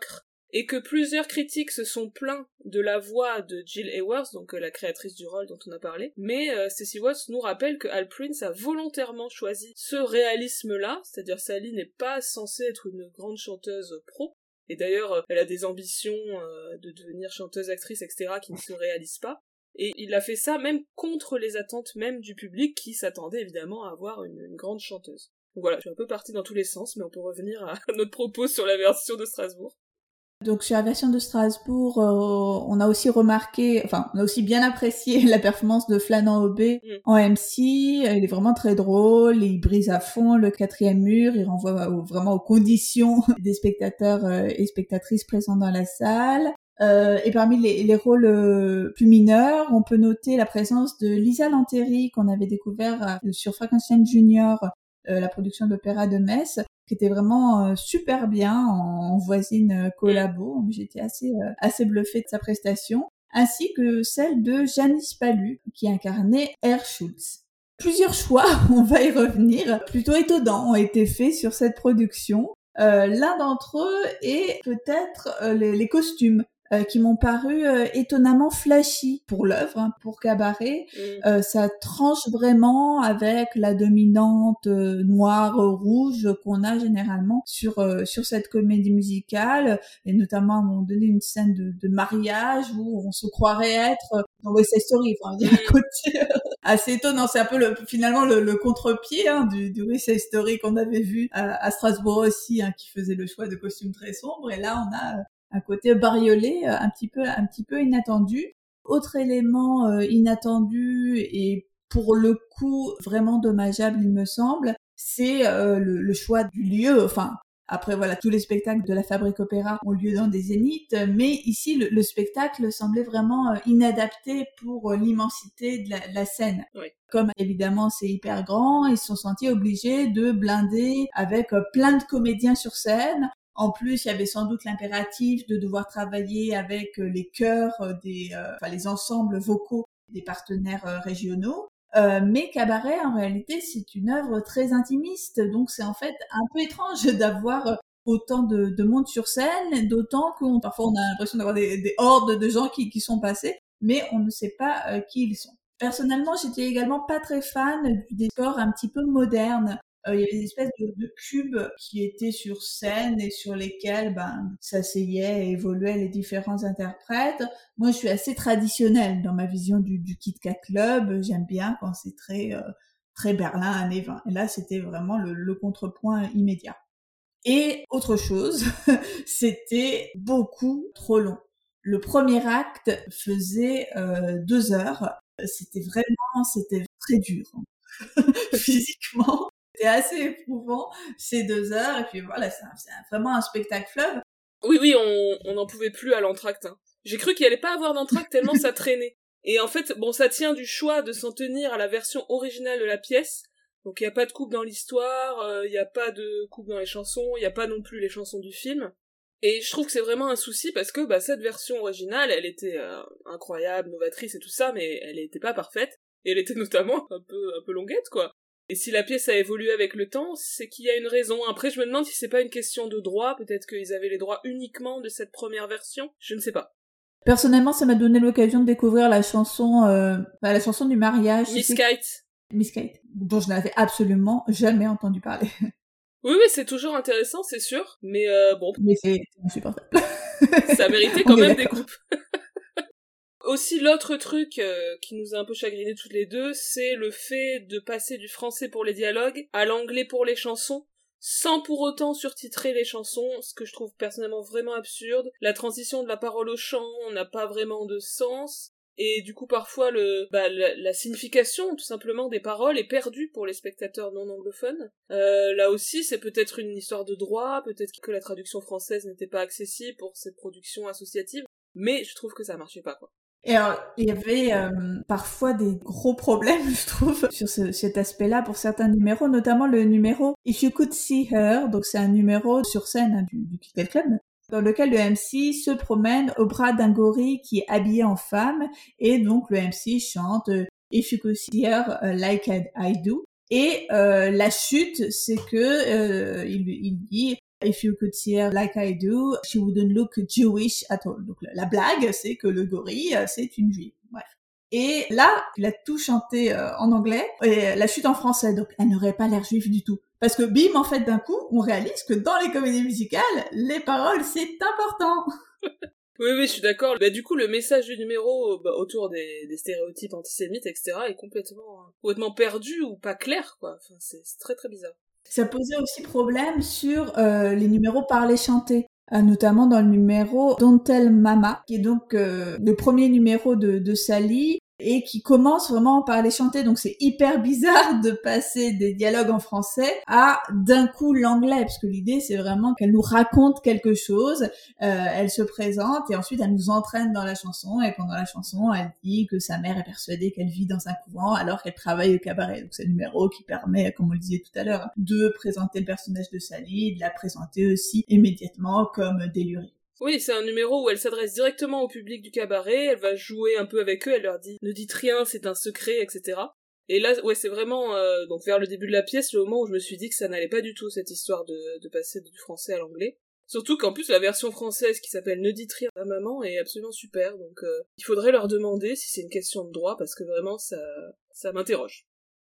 et que plusieurs critiques se sont plaints de la voix de Jill Hayworth, donc euh, la créatrice du rôle dont on a parlé, mais euh, Stacey Watts nous rappelle que Hal Prince a volontairement choisi ce réalisme-là, c'est-à-dire Sally n'est pas censée être une grande chanteuse pro, et d'ailleurs euh, elle a des ambitions euh, de devenir chanteuse-actrice, et cetera, qui ne se réalisent pas, et il a fait ça même contre les attentes même du public qui s'attendait évidemment à avoir une, une grande chanteuse. Donc voilà, je suis un peu partie dans tous les sens, mais on peut revenir à notre propos sur la version de Strasbourg. Donc sur la version de Strasbourg, euh, on a aussi remarqué, enfin on a aussi bien apprécié la performance de Flannan O'B mm. en M C. Il est vraiment très drôle, il brise à fond le quatrième mur, il renvoie au, vraiment aux conditions des spectateurs euh, et spectatrices présents dans la salle. Euh, et parmi les, les rôles euh, plus mineurs, on peut noter la présence de Lisa Lanteri qu'on avait découvert euh, sur Frankenstein Junior, euh, la production d'opéra de Metz, qui était vraiment euh, super bien en, en voisine euh, collabo. J'étais assez euh, assez bluffée de sa prestation, ainsi que celle de Janice Pallu qui incarnait Herr Schultz. Plusieurs choix, on va y revenir, plutôt étonnants ont été faits sur cette production. Euh, l'un d'entre eux est peut-être euh, les, les costumes. Euh, qui m'ont paru euh, étonnamment flashy pour l'œuvre, hein, pour Cabaret. Mm. Euh, ça tranche vraiment avec la dominante euh, noire euh, rouge qu'on a généralement sur euh, sur cette comédie musicale, et notamment à un moment donné une scène de, de mariage où on se croirait être dans West Side Story. Enfin, il y a un côté euh, assez étonnant. C'est un peu le, finalement le, le contre-pied hein, du, du West Side Story qu'on avait vu à, à Strasbourg aussi, hein, qui faisait le choix de costumes très sombres. Et là, on a euh, un côté bariolé, un petit peu, un petit peu inattendu. Autre élément euh, inattendu et pour le coup vraiment dommageable, il me semble, c'est euh, le, le choix du lieu. Enfin, après voilà, tous les spectacles de la Fabrique Opéra ont lieu dans des zéniths, mais ici le, le spectacle semblait vraiment euh, inadapté pour euh, l'immensité de la, de la scène. Oui. Comme évidemment c'est hyper grand, ils se sont sentis obligés de blinder avec euh, plein de comédiens sur scène. En plus, il y avait sans doute l'impératif de devoir travailler avec les chœurs des, euh, enfin les ensembles vocaux des partenaires euh, régionaux. Euh, mais Cabaret, en réalité, c'est une œuvre très intimiste, donc c'est en fait un peu étrange d'avoir autant de, de monde sur scène, d'autant qu'on parfois on a l'impression d'avoir des, des hordes de gens qui, qui sont passés, mais on ne sait pas euh, qui ils sont. Personnellement, j'étais également pas très fan du décor un petit peu moderne. Euh, il y avait des espèces de, de cubes qui étaient sur scène et sur lesquels ben s'asseyaient et évoluaient les différents interprètes. Moi, je suis assez traditionnelle dans ma vision du, du Kit Kat Club. J'aime bien quand c'est très euh, très Berlin années vingt. Et là, c'était vraiment le, le contrepoint immédiat. Et autre chose, c'était beaucoup trop long. Le premier acte faisait euh, deux heures. C'était vraiment, c'était très dur physiquement. C'était assez éprouvant ces deux heures, et puis voilà, c'est, un, c'est un, vraiment un spectacle fleuve. Oui, oui, on n'en pouvait plus à l'entracte. Hein. J'ai cru qu'il allait pas avoir d'entracte tellement ça traînait. Et en fait, bon, ça tient du choix de s'en tenir à la version originale de la pièce. Donc il y a pas de coupe dans l'histoire, il euh, y a pas de coupe dans les chansons, il y a pas non plus les chansons du film. Et je trouve que c'est vraiment un souci parce que bah cette version originale, elle était euh, incroyable, novatrice et tout ça, mais elle était pas parfaite. Et elle était notamment un peu un peu longuette, quoi. Et si la pièce a évolué avec le temps, c'est qu'il y a une raison. Après, je me demande si c'est pas une question de droit, peut-être qu'ils avaient les droits uniquement de cette première version, je ne sais pas. Personnellement, ça m'a donné l'occasion de découvrir la chanson, euh, bah, la chanson du mariage. Miss Kite. Miss Kite, dont je n'avais absolument jamais entendu parler. Oui, oui, c'est toujours intéressant, c'est sûr, mais euh, bon. Mais c'est insupportable. Ça méritait quand même des coupes. Aussi, l'autre truc euh, qui nous a un peu chagriné toutes les deux, c'est le fait de passer du français pour les dialogues à l'anglais pour les chansons, sans pour autant surtitrer les chansons, ce que je trouve personnellement vraiment absurde. La transition de la parole au chant n'a pas vraiment de sens, et du coup parfois le bah la, la signification tout simplement des paroles est perdue pour les spectateurs non anglophones. Euh, là aussi, c'est peut-être une histoire de droit, peut-être que la traduction française n'était pas accessible pour cette production associative, mais je trouve que ça marchait pas, quoi. Et alors, il y avait euh, parfois des gros problèmes, je trouve, sur ce, cet aspect-là pour certains numéros, notamment le numéro If You Could See Her, donc c'est un numéro sur scène hein, du, du Kit Kat Club, dans lequel le M C se promène au bras d'un gorille qui est habillé en femme, et donc le M C chante If You Could See Her uh, Like I, I Do. Et euh, la chute, c'est que euh, il, il dit If you could see her like I do, she wouldn't look Jewish at all. Donc la blague, c'est que le gorille, c'est une juive. Bref. Et là, il a tout chanté euh, en anglais et la chute en français, donc elle n'aurait pas l'air juive du tout. Parce que bim, en fait, d'un coup, on réalise que dans les comédies musicales, les paroles, c'est important. Oui, oui, je suis d'accord. Bah, du coup, le message du numéro bah, autour des, des stéréotypes antisémites, et cetera, est complètement, hein, complètement perdu ou pas clair, quoi. Enfin, c'est, c'est très très bizarre. Ça posait aussi problème sur euh, les numéros parlés-chantés. Euh, notamment dans le numéro Don't Tell Mama, qui est donc euh, le premier numéro de, de Sally, et qui commence vraiment par les chanter. Donc c'est hyper bizarre de passer des dialogues en français à d'un coup l'anglais, parce que l'idée c'est vraiment qu'elle nous raconte quelque chose, euh, elle se présente et ensuite elle nous entraîne dans la chanson, et pendant la chanson elle dit que sa mère est persuadée qu'elle vit dans un couvent alors qu'elle travaille au cabaret. Donc c'est le numéro qui permet, comme on le disait tout à l'heure, de présenter le personnage de Sally, de la présenter aussi immédiatement comme délurée. Oui, c'est un numéro où elle s'adresse directement au public du cabaret, elle va jouer un peu avec eux, elle leur dit « ne dites rien, c'est un secret », et cetera. Et là, ouais, c'est vraiment, euh, donc vers le début de la pièce, le moment où je me suis dit que ça n'allait pas du tout, cette histoire de, de passer du français à l'anglais. Surtout qu'en plus, la version française qui s'appelle « Ne dites rien à maman » est absolument super, donc euh, il faudrait leur demander si c'est une question de droit, parce que vraiment, ça, ça m'interroge.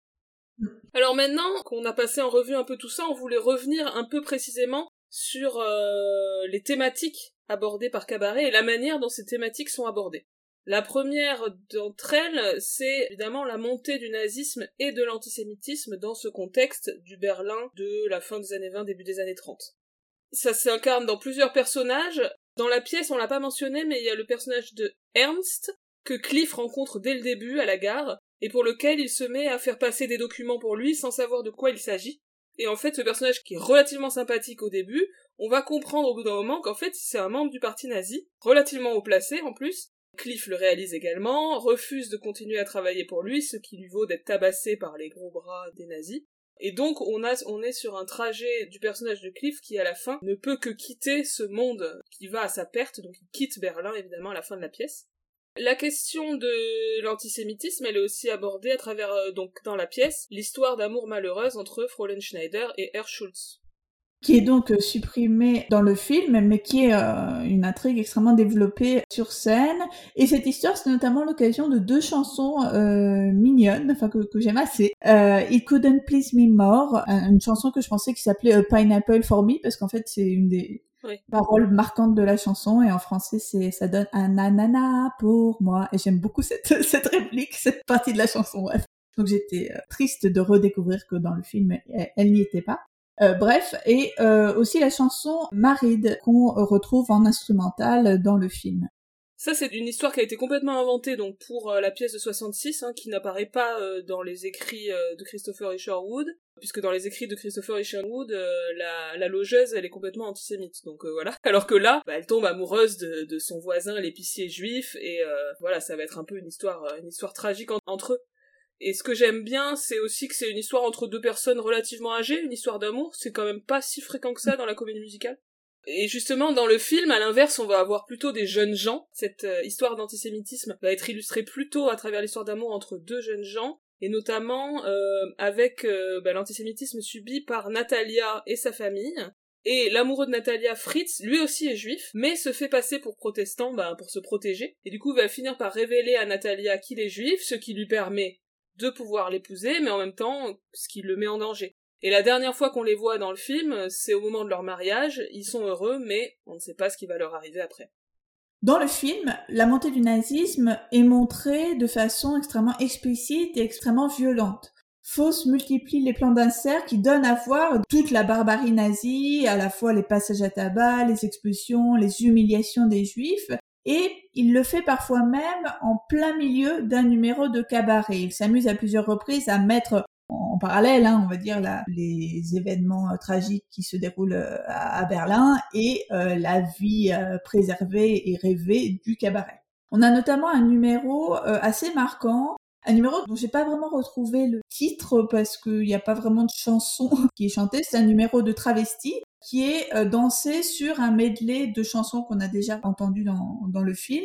Alors maintenant qu'on a passé en revue un peu tout ça, on voulait revenir un peu précisément sur euh, les thématiques abordées par Cabaret et la manière dont ces thématiques sont abordées. La première d'entre elles, c'est évidemment la montée du nazisme et de l'antisémitisme dans ce contexte du Berlin de la fin des années vingt, début des années trente. Ça s'incarne dans plusieurs personnages. Dans la pièce, on l'a pas mentionné, mais il y a le personnage de Ernst, que Cliff rencontre dès le début à la gare, et pour lequel il se met à faire passer des documents pour lui sans savoir de quoi il s'agit. Et en fait, ce personnage qui est relativement sympathique au début, on va comprendre au bout d'un moment qu'en fait, c'est un membre du parti nazi, relativement haut placé en plus. Cliff le réalise également, refuse de continuer à travailler pour lui, ce qui lui vaut d'être tabassé par les gros bras des nazis. Et donc, on, a, on est sur un trajet du personnage de Cliff qui, à la fin, ne peut que quitter ce monde qui va à sa perte, donc il quitte Berlin, évidemment, à la fin de la pièce. La question de l'antisémitisme, elle est aussi abordée à travers, euh, donc, dans la pièce, l'histoire d'amour malheureuse entre Fräulein Schneider et Herr Schulz. Qui est donc supprimée dans le film, mais qui est euh, une intrigue extrêmement développée sur scène. Et cette histoire, c'est notamment l'occasion de deux chansons euh, mignonnes, enfin que, que j'aime assez. Euh, It Couldn't Please Me More, une chanson que je pensais qui s'appelait A Pineapple for Me, parce qu'en fait, c'est une des oui. paroles marquantes de la chanson, et en français, c'est ça donne un ananas pour moi. Et j'aime beaucoup cette, cette réplique, cette partie de la chanson, bref. Donc j'étais euh, triste de redécouvrir que dans le film, elle, elle n'y était pas. Euh, bref, et euh, aussi la chanson Married qu'on retrouve en instrumental dans le film. Ça, c'est une histoire qui a été complètement inventée donc pour euh, la pièce de soixante-six, hein, qui n'apparaît pas euh, dans les écrits euh, de Christopher Isherwood, puisque dans les écrits de Christopher Isherwood, euh, la, la logeuse, elle est complètement antisémite, donc euh, voilà. Alors que là, bah, elle tombe amoureuse de, de son voisin, l'épicier juif, et euh, voilà, ça va être un peu une histoire, une histoire tragique en, entre eux. Et ce que j'aime bien, c'est aussi que c'est une histoire entre deux personnes relativement âgées, une histoire d'amour, c'est quand même pas si fréquent que ça dans la comédie musicale. Et justement, dans le film, à l'inverse, on va avoir plutôt des jeunes gens. Cette euh, histoire d'antisémitisme va être illustrée plutôt à travers l'histoire d'amour entre deux jeunes gens, et notamment euh, avec euh, bah, l'antisémitisme subi par Natalia et sa famille. Et l'amoureux de Natalia, Fritz, lui aussi est juif, mais se fait passer pour protestant bah, pour se protéger, et du coup va finir par révéler à Natalia qu'il est juif, ce qui lui permet de pouvoir l'épouser, mais en même temps, ce qui le met en danger. Et la dernière fois qu'on les voit dans le film, c'est au moment de leur mariage, ils sont heureux, mais on ne sait pas ce qui va leur arriver après. Dans le film, la montée du nazisme est montrée de façon extrêmement explicite et extrêmement violente. Faust multiplie les plans d'insert qui donnent à voir toute la barbarie nazie, à la fois les passages à tabac, les expulsions, les humiliations des juifs, et il le fait parfois même en plein milieu d'un numéro de cabaret. Il s'amuse à plusieurs reprises à mettre en parallèle, hein, on va dire, la, les événements euh, tragiques qui se déroulent euh, à, à Berlin et euh, la vie euh, préservée et rêvée du cabaret. On a notamment un numéro euh, assez marquant, un numéro dont j'ai pas vraiment retrouvé le titre parce qu'il n'y a pas vraiment de chanson qui est chantée, c'est un numéro de travesti qui est euh, dansé sur un medley de chansons qu'on a déjà entendues dans, dans le film.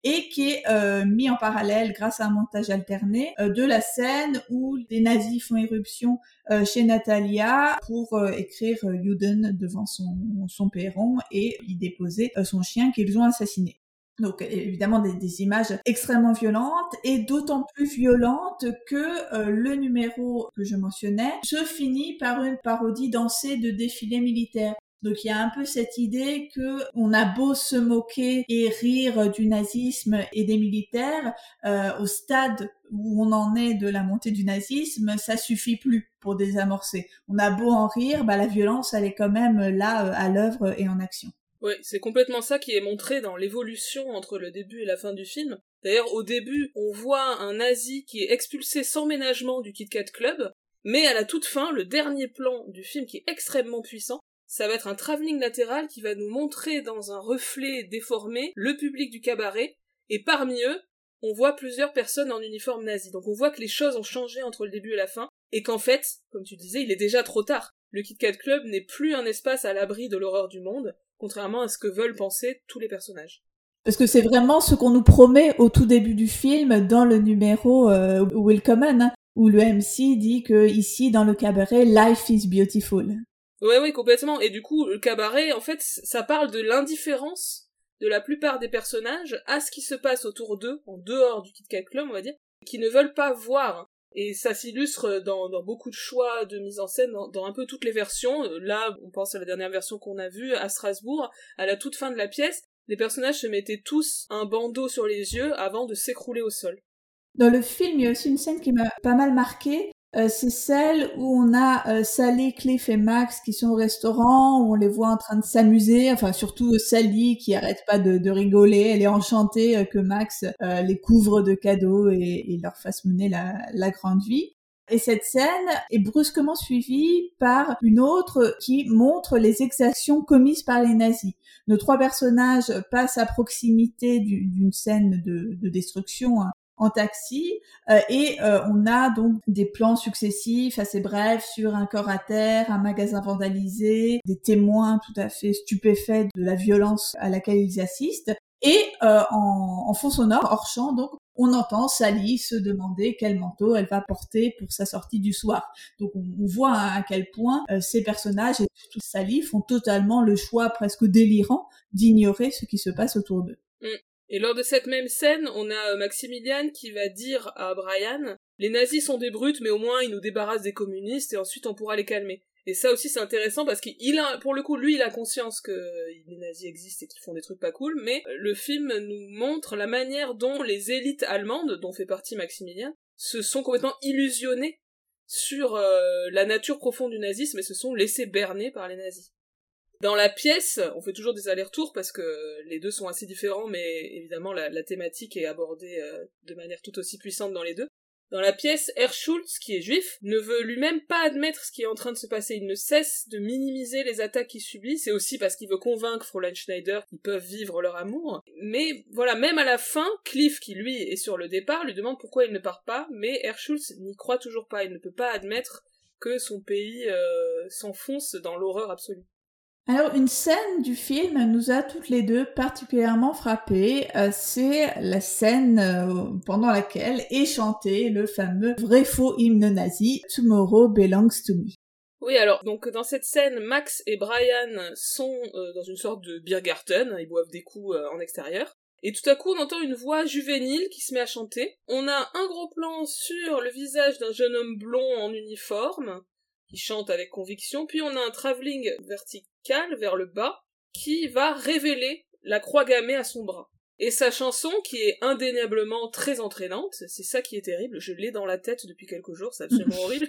et qui est euh, mis en parallèle grâce à un montage alterné euh, de la scène où des nazis font éruption euh, chez Natalia pour euh, écrire euh, Juden devant son, son perron et y déposer euh, son chien qu'ils ont assassiné. Donc évidemment des, des images extrêmement violentes et d'autant plus violentes que euh, le numéro que je mentionnais se finit par une parodie dansée de défilé militaire. Donc il y a un peu cette idée que on a beau se moquer et rire du nazisme et des militaires, euh, au stade où on en est de la montée du nazisme, ça suffit plus pour désamorcer. On a beau en rire, bah la violence elle est quand même là à l'œuvre et en action. Oui, c'est complètement ça qui est montré dans l'évolution entre le début et la fin du film. D'ailleurs, au début, on voit un nazi qui est expulsé sans ménagement du Kit Kat Club, mais à la toute fin, le dernier plan du film qui est extrêmement puissant, ça va être un travelling latéral qui va nous montrer dans un reflet déformé le public du cabaret, et parmi eux, on voit plusieurs personnes en uniforme nazi. Donc on voit que les choses ont changé entre le début et la fin, et qu'en fait, comme tu disais, il est déjà trop tard. Le Kit Kat Club n'est plus un espace à l'abri de l'horreur du monde, contrairement à ce que veulent penser tous les personnages. Parce que c'est vraiment ce qu'on nous promet au tout début du film, dans le numéro euh, Willkommen, hein, où le M C dit que ici, dans le cabaret, life is beautiful. Ouais, oui, complètement. Et du coup, le cabaret, en fait, ça parle de l'indifférence de la plupart des personnages à ce qui se passe autour d'eux, en dehors du Kit Kat Club, on va dire, qui ne veulent pas voir. Et ça s'illustre dans, dans beaucoup de choix de mise en scène, dans, dans un peu toutes les versions. Là, on pense à la dernière version qu'on a vue, à Strasbourg, à la toute fin de la pièce, les personnages se mettaient tous un bandeau sur les yeux avant de s'écrouler au sol. Dans le film, il y a aussi une scène qui m'a pas mal marquée. Euh, c'est celle où on a euh, Sally, Cliff et Max qui sont au restaurant, où on les voit en train de s'amuser, enfin surtout Sally qui arrête pas de, de rigoler, elle est enchantée euh, que Max euh, les couvre de cadeaux et, et leur fasse mener la, la grande vie. Et cette scène est brusquement suivie par une autre qui montre les exactions commises par les nazis. Nos trois personnages passent à proximité du, d'une scène de, de destruction, hein, en taxi, euh, et euh, on a donc des plans successifs assez brefs sur un corps à terre, un magasin vandalisé, des témoins tout à fait stupéfaits de la violence à laquelle ils assistent, et euh, en, en fond sonore, hors champ, donc on entend Sally se demander quel manteau elle va porter pour sa sortie du soir. Donc on, on voit à, à quel point euh, ces personnages, et surtout Sally, font totalement le choix presque délirant d'ignorer ce qui se passe autour d'eux. Mm. Et lors de cette même scène, on a Maximilian qui va dire à Brian « Les nazis sont des brutes, mais au moins ils nous débarrassent des communistes et ensuite on pourra les calmer. » Et ça aussi c'est intéressant parce qu'il a, pour le coup, lui il a conscience que les nazis existent et qu'ils font des trucs pas cool, mais le film nous montre la manière dont les élites allemandes, dont fait partie Maximilian, se sont complètement illusionnées sur euh, la nature profonde du nazisme et se sont laissés berner par les nazis. Dans la pièce, on fait toujours des allers-retours parce que les deux sont assez différents, mais évidemment la, la thématique est abordée euh, de manière tout aussi puissante dans les deux. Dans la pièce, Herr Schulz, qui est juif, ne veut lui-même pas admettre ce qui est en train de se passer. Il ne cesse de minimiser les attaques qu'il subit. C'est aussi parce qu'il veut convaincre Fräulein Schneider qu'ils peuvent vivre leur amour. Mais voilà, même à la fin, Cliff, qui lui est sur le départ, lui demande pourquoi il ne part pas, mais Herr Schulz n'y croit toujours pas. Il ne peut pas admettre que son pays euh, s'enfonce dans l'horreur absolue. Alors, une scène du film nous a toutes les deux particulièrement frappées. Euh, c'est la scène euh, pendant laquelle est chanté le fameux vrai-faux hymne nazi « Tomorrow belongs to me ». Oui, alors, donc dans cette scène, Max et Brian sont euh, dans une sorte de Biergarten, ils boivent des coups euh, en extérieur. Et tout à coup, on entend une voix juvénile qui se met à chanter. On a un gros plan sur le visage d'un jeune homme blond en uniforme, qui chante avec conviction, puis on a un travelling vertical vers le bas, qui va révéler la croix gammée à son bras. Et sa chanson, qui est indéniablement très entraînante, c'est ça qui est terrible, je l'ai dans la tête depuis quelques jours, c'est absolument horrible.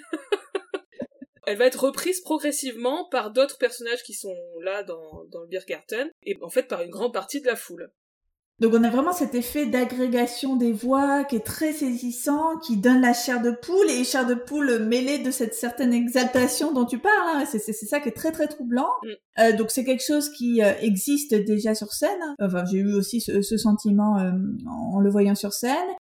Elle va être reprise progressivement par d'autres personnages qui sont là dans, dans le Biergarten, et en fait par une grande partie de la foule. Donc on a vraiment cet effet d'agrégation des voix qui est très saisissant, qui donne la chair de poule, et chair de poule mêlée de cette certaine exaltation dont tu parles, hein. c'est, c'est, c'est ça qui est très très troublant. Mm. Euh, donc c'est quelque chose qui euh, existe déjà sur scène, enfin j'ai eu aussi ce, ce sentiment euh, en le voyant sur scène,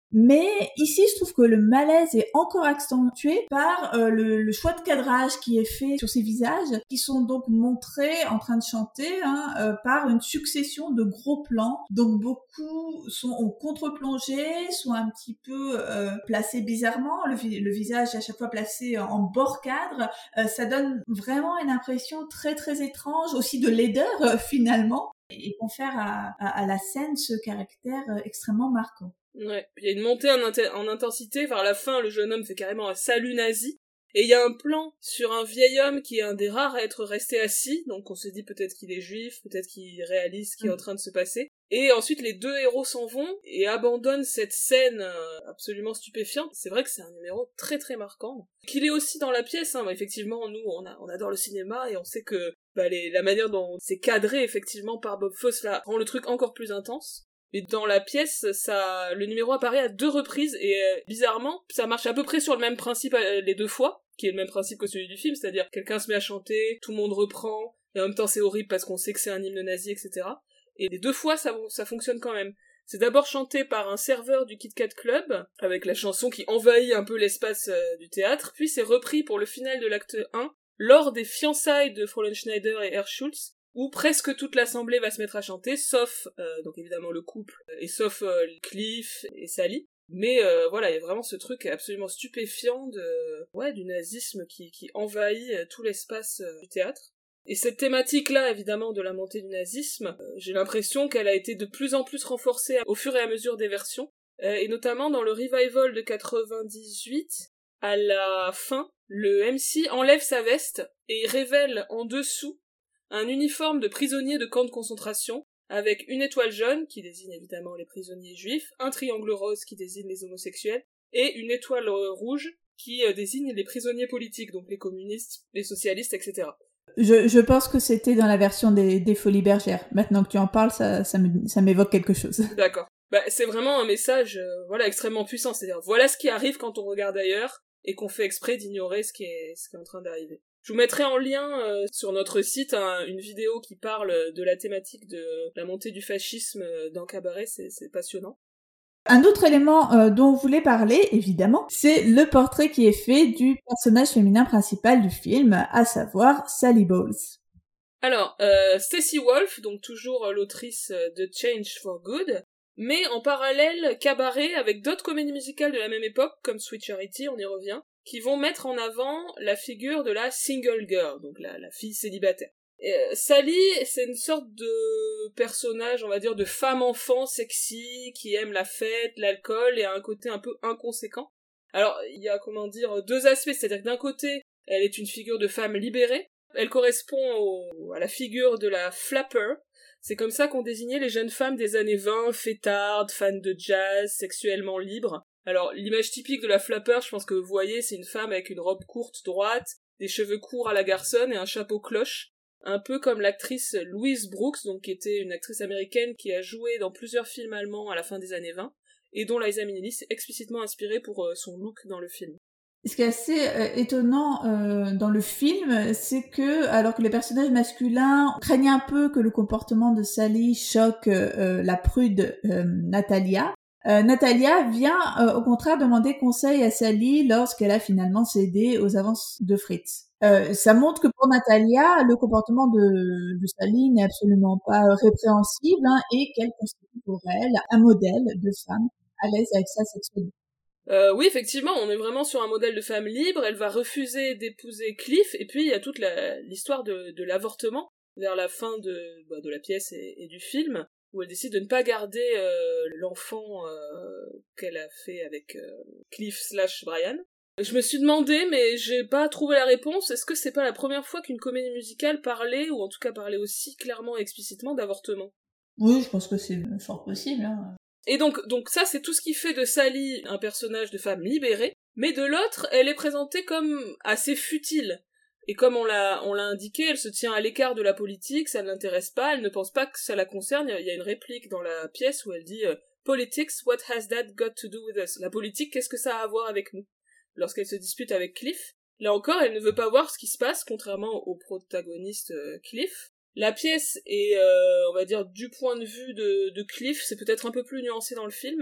Mais ici, je trouve que le malaise est encore accentué par euh, le, le choix de cadrage qui est fait sur ces visages, qui sont donc montrés en train de chanter hein, euh, par une succession de gros plans. Donc beaucoup sont en contre-plongée, sont un petit peu euh, placés bizarrement, le, le visage à chaque fois placé en bord cadre. Euh, ça donne vraiment une impression très très étrange, aussi de laideur euh, finalement, et confère à, à, à la scène ce caractère euh, extrêmement marquant. Ouais, il y a une montée en, int- en intensité, vers la fin, le jeune homme fait carrément un salut nazi, et il y a un plan sur un vieil homme qui est un des rares à être resté assis, donc on se dit peut-être qu'il est juif, peut-être qu'il réalise ce qui est en train de se passer, et ensuite les deux héros s'en vont et abandonnent cette scène euh, absolument stupéfiante. C'est vrai que c'est un numéro très très marquant, qu'il est aussi dans la pièce, hein. Bah, effectivement, nous on, a, on adore le cinéma, et on sait que bah, les, la manière dont c'est cadré effectivement par Bob Fosse là, rend le truc encore plus intense. Et dans la pièce, ça, le numéro apparaît à deux reprises, et euh, bizarrement, ça marche à peu près sur le même principe euh, les deux fois, qui est le même principe que celui du film, c'est-à-dire quelqu'un se met à chanter, tout le monde reprend, et en même temps c'est horrible parce qu'on sait que c'est un hymne nazi, et cetera. Et les deux fois, ça, ça fonctionne quand même. C'est d'abord chanté par un serveur du Kit Kat Club, avec la chanson qui envahit un peu l'espace euh, du théâtre, puis c'est repris pour le final de l'acte un, lors des fiançailles de Fräulein Schneider et Herr Schulz, où presque toute l'assemblée va se mettre à chanter, sauf, euh, donc évidemment le couple, et sauf euh, Cliff et Sally. Mais euh, voilà, il y a vraiment ce truc absolument stupéfiant de, ouais, du nazisme qui, qui envahit euh, tout l'espace euh, du théâtre. Et cette thématique-là, évidemment, de la montée du nazisme, euh, j'ai l'impression qu'elle a été de plus en plus renforcée au fur et à mesure des versions, euh, et notamment dans le revival de quatre-vingt-dix-huit, à la fin, le M C enlève sa veste et révèle en dessous un uniforme de prisonnier de camp de concentration, avec une étoile jaune, qui désigne évidemment les prisonniers juifs, un triangle rose qui désigne les homosexuels, et une étoile rouge qui euh, désigne les prisonniers politiques, donc les communistes, les socialistes, et cetera. Je, je pense que c'était dans la version des, des Folies Bergères. Maintenant que tu en parles, ça, ça, me, ça m'évoque quelque chose. D'accord. Bah, c'est vraiment un message euh, voilà, extrêmement puissant, c'est-à-dire voilà ce qui arrive quand on regarde ailleurs, et qu'on fait exprès d'ignorer ce qui est, ce qui est en train d'arriver. Je vous mettrai en lien euh, sur notre site un, une vidéo qui parle de la thématique de la montée du fascisme dans Cabaret, c'est, c'est passionnant. Un autre élément euh, dont on voulait parler, évidemment, c'est le portrait qui est fait du personnage féminin principal du film, à savoir Sally Bowles. Alors, euh, Stacey Wolf, donc toujours l'autrice de Change for Good, mais en parallèle Cabaret avec d'autres comédies musicales de la même époque, comme Sweet Charity, on y revient, qui vont mettre en avant la figure de la single girl, donc la, la fille célibataire. Et, euh, Sally, c'est une sorte de personnage, on va dire, de femme-enfant sexy, qui aime la fête, l'alcool, et a un côté un peu inconséquent. Alors, il y a, comment dire, deux aspects, c'est-à-dire que d'un côté, elle est une figure de femme libérée, elle correspond au, à la figure de la flapper. C'est comme ça qu'on désignait les jeunes femmes des années vingt, fêtardes, fans de jazz, sexuellement libres. Alors, l'image typique de la flapper, je pense que vous voyez, c'est une femme avec une robe courte, droite, des cheveux courts à la garçonne et un chapeau cloche. Un peu comme l'actrice Louise Brooks, donc qui était une actrice américaine qui a joué dans plusieurs films allemands à la fin des années vingt, et dont Liza Minnelli s'est explicitement inspirée pour euh, son look dans le film. Ce qui est assez euh, étonnant euh, dans le film, c'est que, alors que les personnages masculins craignaient un peu que le comportement de Sally choque euh, la prude euh, Natalia, euh, Natalia vient euh, au contraire demander conseil à Sally lorsqu'elle a finalement cédé aux avances de Fritz. Euh, ça montre que pour Natalia, le comportement de, de Sally n'est absolument pas répréhensible hein, et qu'elle constitue pour elle un modèle de femme à l'aise avec sa sexualité. Euh, oui, effectivement, on est vraiment sur un modèle de femme libre, elle va refuser d'épouser Cliff, et puis il y a toute la, l'histoire de, de l'avortement, vers la fin de, bah, de la pièce et, et du film, où elle décide de ne pas garder euh, l'enfant euh, qu'elle a fait avec euh, Cliff slash Brian. Je me suis demandé, mais j'ai pas trouvé la réponse, est-ce que c'est pas la première fois qu'une comédie musicale parlait, ou en tout cas parlait aussi clairement et explicitement d'avortement? Oui, je pense que c'est fort possible, hein. Et donc, donc ça, c'est tout ce qui fait de Sally un personnage de femme libérée, mais de l'autre, elle est présentée comme assez futile. Et comme on l'a, on l'a indiqué, elle se tient à l'écart de la politique, ça ne l'intéresse pas, elle ne pense pas que ça la concerne. Il y a une réplique dans la pièce où elle dit euh, « Politics, what has that got to do with us ?» La politique, qu'est-ce que ça a à voir avec nous? Lorsqu'elle se dispute avec Cliff, là encore, elle ne veut pas voir ce qui se passe, contrairement au protagoniste euh, Cliff. La pièce est, euh, on va dire, du point de vue de, de Cliff, c'est peut-être un peu plus nuancé dans le film.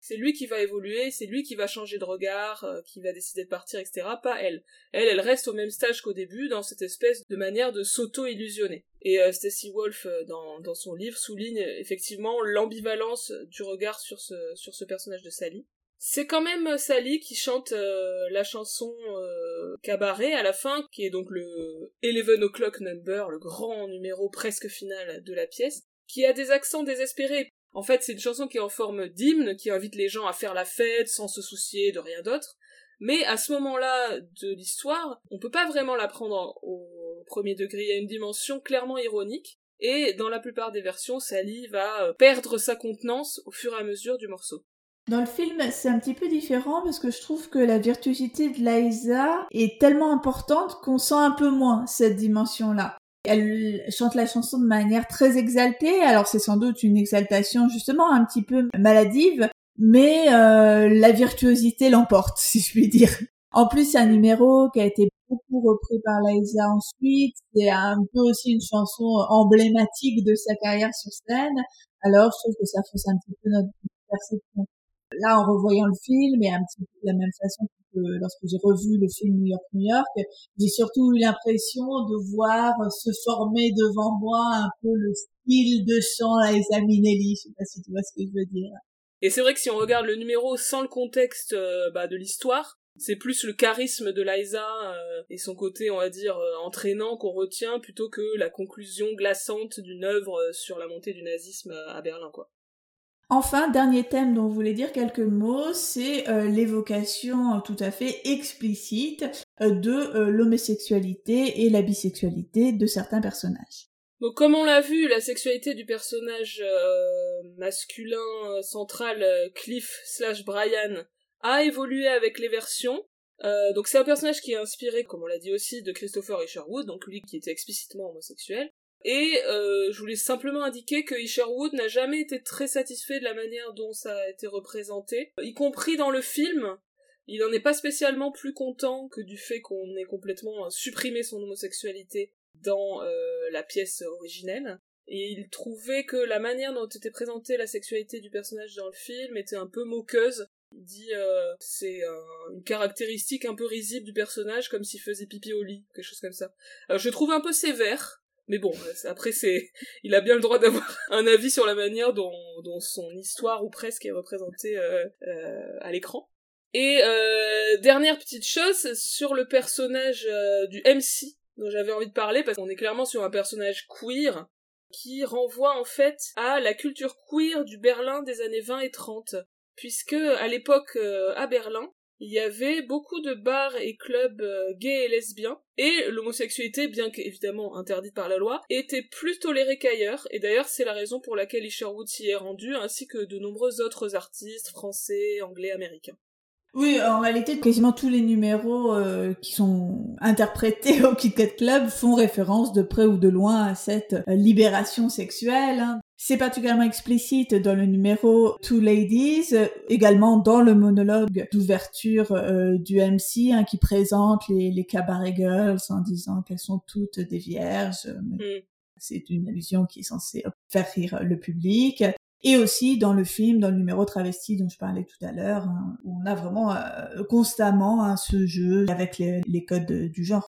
c'est lui qui va évoluer, c'est lui qui va changer de regard, euh, qui va décider de partir, et cetera. Pas elle. Elle, elle reste au même stage qu'au début, dans cette espèce de manière de s'auto-illusionner. Et euh, Stacey Wolf, euh, dans, dans son livre, souligne euh, effectivement l'ambivalence du regard sur ce, sur ce personnage de Sally. C'est quand même Sally qui chante euh, la chanson euh, Cabaret à la fin, qui est donc le Eleven O'Clock Number, le grand numéro presque final de la pièce, qui a des accents désespérés. En fait, c'est une chanson qui est en forme d'hymne, qui invite les gens à faire la fête sans se soucier de rien d'autre. Mais à ce moment-là de l'histoire, on peut pas vraiment la prendre au premier degré. Il y a une dimension clairement ironique. Et dans la plupart des versions, Sally va perdre sa contenance au fur et à mesure du morceau. Dans le film, c'est un petit peu différent parce que je trouve que la virtuosité de Liza est tellement importante qu'on sent un peu moins cette dimension-là. Elle chante la chanson de manière très exaltée, alors c'est sans doute une exaltation justement un petit peu maladive, mais euh, la virtuosité l'emporte, si je puis dire. En plus, c'est un numéro qui a été beaucoup repris par Liza ensuite, c'est un peu aussi une chanson emblématique de sa carrière sur scène, alors je trouve que ça fausse un petit peu notre perception. Là, en revoyant le film, et un petit peu de la même façon que lorsque j'ai revu le film New York, New York, j'ai surtout eu l'impression de voir se former devant moi un peu le style de chant Liza Minnelli. Je sais pas si tu vois ce que je veux dire. Et c'est vrai que si on regarde le numéro sans le contexte euh, bah, de l'histoire, c'est plus le charisme de Liza euh, et son côté, on va dire, euh, entraînant qu'on retient plutôt que la conclusion glaçante d'une œuvre euh, sur la montée du nazisme à Berlin, quoi. Enfin, dernier thème dont on voulait dire quelques mots, c'est euh, l'évocation euh, tout à fait explicite euh, de euh, l'homosexualité et la bisexualité de certains personnages. Donc, comme on l'a vu, la sexualité du personnage euh, masculin euh, central, euh, Cliff slash Brian, a évolué avec les versions. Euh, donc c'est un personnage qui est inspiré, comme on l'a dit aussi, de Christopher Isherwood, donc lui qui était explicitement homosexuel. Et euh, je voulais simplement indiquer que Isherwood n'a jamais été très satisfait de la manière dont ça a été représenté, y compris dans le film. Il n'en est pas spécialement plus content que du fait qu'on ait complètement supprimé son homosexualité dans euh, la pièce originelle. Et il trouvait que la manière dont était présentée la sexualité du personnage dans le film était un peu moqueuse. Il dit euh, c'est un, une caractéristique un peu risible du personnage, comme s'il faisait pipi au lit, quelque chose comme ça. Alors je le trouve un peu sévère. Mais bon, après c'est, il a bien le droit d'avoir un avis sur la manière dont, dont son histoire ou presque est représentée euh, euh, à l'écran. Et euh, dernière petite chose sur le personnage euh, du M C dont j'avais envie de parler, parce qu'on est clairement sur un personnage queer qui renvoie en fait à la culture queer du Berlin des années vingt et trente, puisque à l'époque euh, à Berlin, il y avait beaucoup de bars et clubs euh, gays et lesbiens, et l'homosexualité, bien qu'évidemment interdite par la loi, était plus tolérée qu'ailleurs, et d'ailleurs c'est la raison pour laquelle Isherwood s'y est rendu, ainsi que de nombreux autres artistes français, anglais, américains. Oui, en réalité, quasiment tous les numéros euh, qui sont interprétés au Kit Kat Club font référence de près ou de loin à cette euh, libération sexuelle, hein. C'est particulièrement explicite dans le numéro Two Ladies, euh, également dans le monologue d'ouverture euh, du M C, hein, qui présente les, les cabaret girls en disant qu'elles sont toutes des vierges. Mm. C'est une allusion qui est censée faire rire le public. Et aussi dans le film, dans le numéro Travesti dont je parlais tout à l'heure, hein, où on a vraiment euh, constamment hein, ce jeu avec les, les codes de, du genre.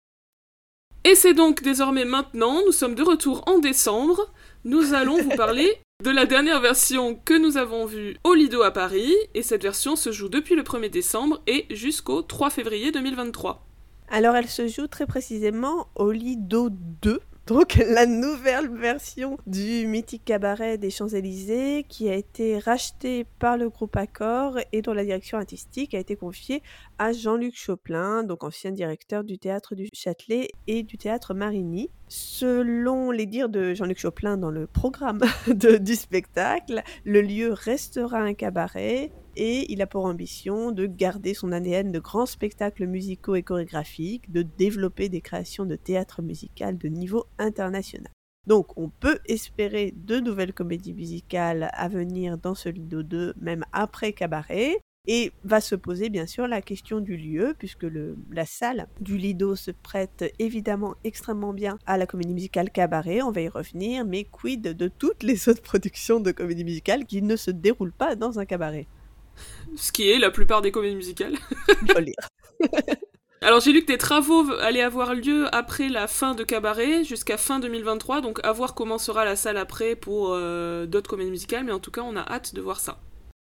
Et c'est donc désormais maintenant, nous sommes de retour en décembre, nous allons vous parler de la dernière version que nous avons vue au Lido à Paris, et cette version se joue depuis le premier décembre et jusqu'au trois février deux mille vingt-trois. Alors elle se joue très précisément au Lido deux, donc la nouvelle version du mythique cabaret des Champs-Élysées qui a été racheté par le groupe Accor et dont la direction artistique a été confiée à Jean-Luc Choplin, donc ancien directeur du théâtre du Châtelet et du théâtre Marigny. Selon les dires de Jean-Luc Choplin dans le programme de, du spectacle, le lieu restera un cabaret et il a pour ambition de garder son A D N de grands spectacles musicaux et chorégraphiques, de développer des créations de théâtre musical de niveau international. Donc on peut espérer de nouvelles comédies musicales à venir dans ce Lido deux, même après Cabaret. Et va se poser bien sûr la question du lieu, puisque le, la salle du Lido se prête évidemment extrêmement bien à la comédie musicale Cabaret, on va y revenir, mais quid de toutes les autres productions de comédie musicale qui ne se déroulent pas dans un cabaret ? ce qui est la plupart des comédies musicales. Il faut lire. Alors j'ai lu que des travaux allaient avoir lieu après la fin de Cabaret, jusqu'à fin deux mille vingt-trois, donc à voir comment sera la salle après pour euh, d'autres comédies musicales, mais en tout cas on a hâte de voir ça.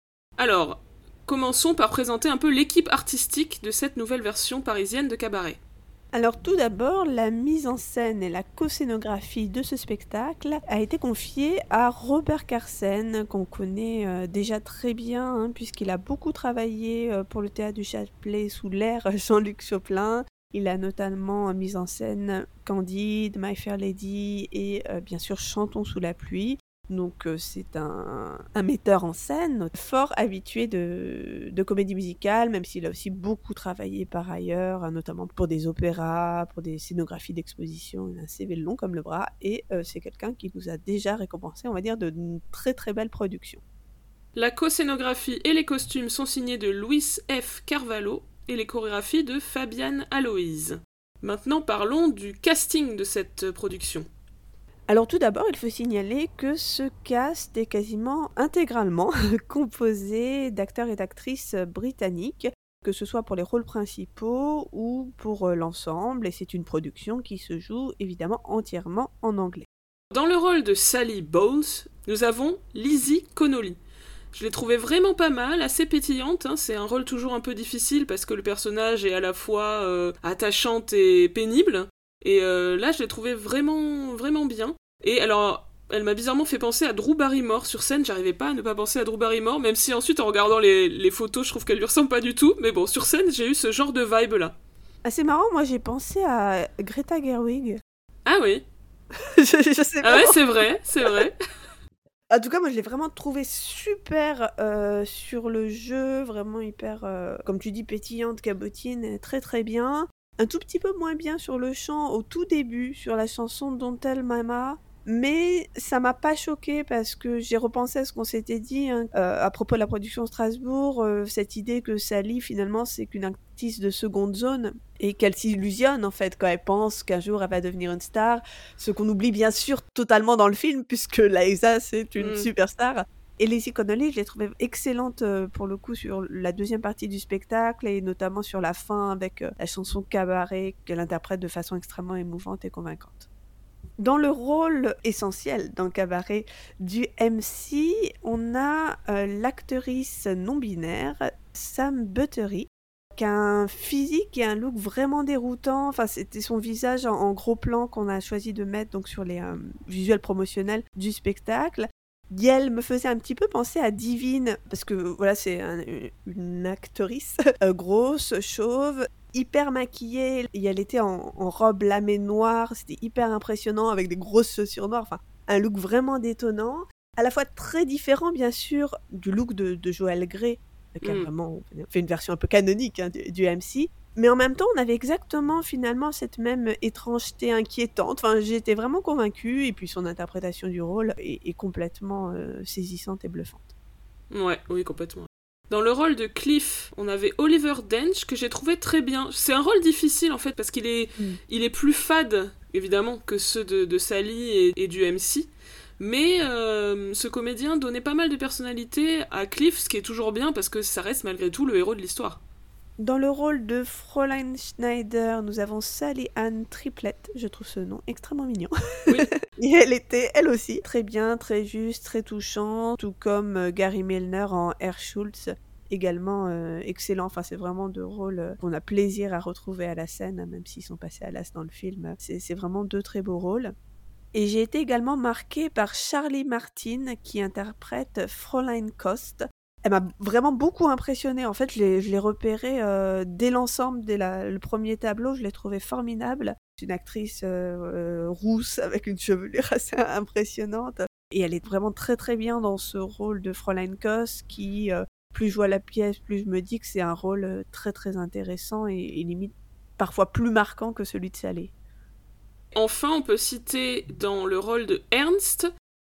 Alors, commençons par présenter un peu l'équipe artistique de cette nouvelle version parisienne de Cabaret. Alors tout d'abord, la mise en scène et la co-scénographie de ce spectacle a été confiée à Robert Carsen, qu'on connaît euh, déjà très bien, hein, puisqu'il a beaucoup travaillé euh, pour le théâtre du Châtelet sous l'ère Jean-Luc Choplin. Il a notamment mis en scène Candide, My Fair Lady et euh, bien sûr Chantons sous la pluie. Donc euh, c'est un, un metteur en scène fort habitué de, de comédie musicale, même s'il a aussi beaucoup travaillé par ailleurs, notamment pour des opéras, pour des scénographies d'exposition. Il a un C V long comme le bras, et euh, c'est quelqu'un qui nous a déjà récompensé, on va dire, d'une très très belle production. La co-scénographie et les costumes sont signés de Luis F. Carvalho et les chorégraphies de Fabiane Aloïse. Maintenant parlons du casting de cette production. Alors tout d'abord, il faut signaler que ce cast est quasiment intégralement composé d'acteurs et d'actrices britanniques, que ce soit pour les rôles principaux ou pour l'ensemble, et c'est une production qui se joue évidemment entièrement en anglais. Dans le rôle de Sally Bowles, nous avons Lizzie Connolly. Je l'ai trouvée vraiment pas mal, assez pétillante, hein. C'est un rôle toujours un peu difficile parce que le personnage est à la fois euh, attachante et pénible, et euh, là je l'ai trouvée vraiment, vraiment bien. Et alors, elle m'a bizarrement fait penser à Drew Barrymore sur scène, j'arrivais pas à ne pas penser à Drew Barrymore, même si ensuite en regardant les, les photos je trouve qu'elle lui ressemble pas du tout, mais bon, sur scène j'ai eu ce genre de vibe là. Ah, c'est marrant, moi j'ai pensé à Greta Gerwig. Ah oui. je, je sais pas. Ah ouais, c'est vrai, c'est vrai. En tout cas, moi je l'ai vraiment trouvé super euh, sur le jeu, vraiment hyper, euh, comme tu dis, pétillante, cabotine, très très bien. Un tout petit peu moins bien sur le chant au tout début, sur la chanson Don't Tell Mama. Mais ça m'a pas choquée parce que j'ai repensé à ce qu'on s'était dit hein, euh, à propos de la production Strasbourg, euh, cette idée que Sally finalement c'est qu'une artiste de seconde zone et qu'elle s'illusionne en fait quand elle pense qu'un jour elle va devenir une star, ce qu'on oublie bien sûr totalement dans le film puisque Liza c'est une mm. superstar. Et Lizzie Connolly, je l'ai trouvée excellente euh, pour le coup sur la deuxième partie du spectacle et notamment sur la fin avec euh, la chanson Cabaret qu'elle interprète de façon extrêmement émouvante et convaincante. Dans le rôle essentiel dans Cabaret du M C, on a euh, l'actrice non-binaire Sam Buttery, qui a un physique et un look vraiment déroutant. Enfin, c'était son visage en, en gros plan qu'on a choisi de mettre donc, sur les euh, visuels promotionnels du spectacle. Et elle me faisait un petit peu penser à Divine, parce que voilà, c'est un, une actrice euh, grosse, chauve, hyper maquillée, et elle était en, en robe lamée noire, c'était hyper impressionnant, avec des grosses chaussures noires, enfin, un look vraiment détonnant, à la fois très différent, bien sûr, du look de, de Joël Grey, qui a mm. vraiment fait une version un peu canonique hein, du, du M C, mais en même temps, on avait exactement, finalement, cette même étrangeté inquiétante, enfin, j'étais vraiment convaincue, et puis son interprétation du rôle est, est complètement euh, saisissante et bluffante. Ouais, oui, complètement. Dans le rôle de Cliff, on avait Oliver Dench, que j'ai trouvé très bien. C'est un rôle difficile, en fait, parce qu'il est, mm. il est plus fade, évidemment, que ceux de, de Sally et, et du M C. Mais euh, ce comédien donnait pas mal de personnalité à Cliff, ce qui est toujours bien, parce que ça reste malgré tout le héros de l'histoire. Dans le rôle de Fräulein Schneider, nous avons Sally Ann Triplett. Je trouve ce nom extrêmement mignon. Oui. Et elle était, elle aussi, très bien, très juste, très touchante, tout comme euh, Gary Milner en Herr Schultz, également euh, excellent. Enfin, c'est vraiment deux rôles euh, qu'on a plaisir à retrouver à la scène, même s'ils sont passés à l'as dans le film. C'est, c'est vraiment deux très beaux rôles. Et j'ai été également marquée par Charlie Martin, qui interprète Fräulein Kost. Elle m'a vraiment beaucoup impressionnée. En fait, je l'ai, je l'ai repérée euh, dès l'ensemble, dès la, le premier tableau. Je l'ai trouvée formidable. C'est une actrice euh, euh, rousse avec une chevelure assez impressionnante. Et elle est vraiment très très bien dans ce rôle de Fräulein Kost qui, euh, plus je vois la pièce, plus je me dis que c'est un rôle très très intéressant et, et limite parfois plus marquant que celui de Sally. Enfin, on peut citer dans le rôle de Ernst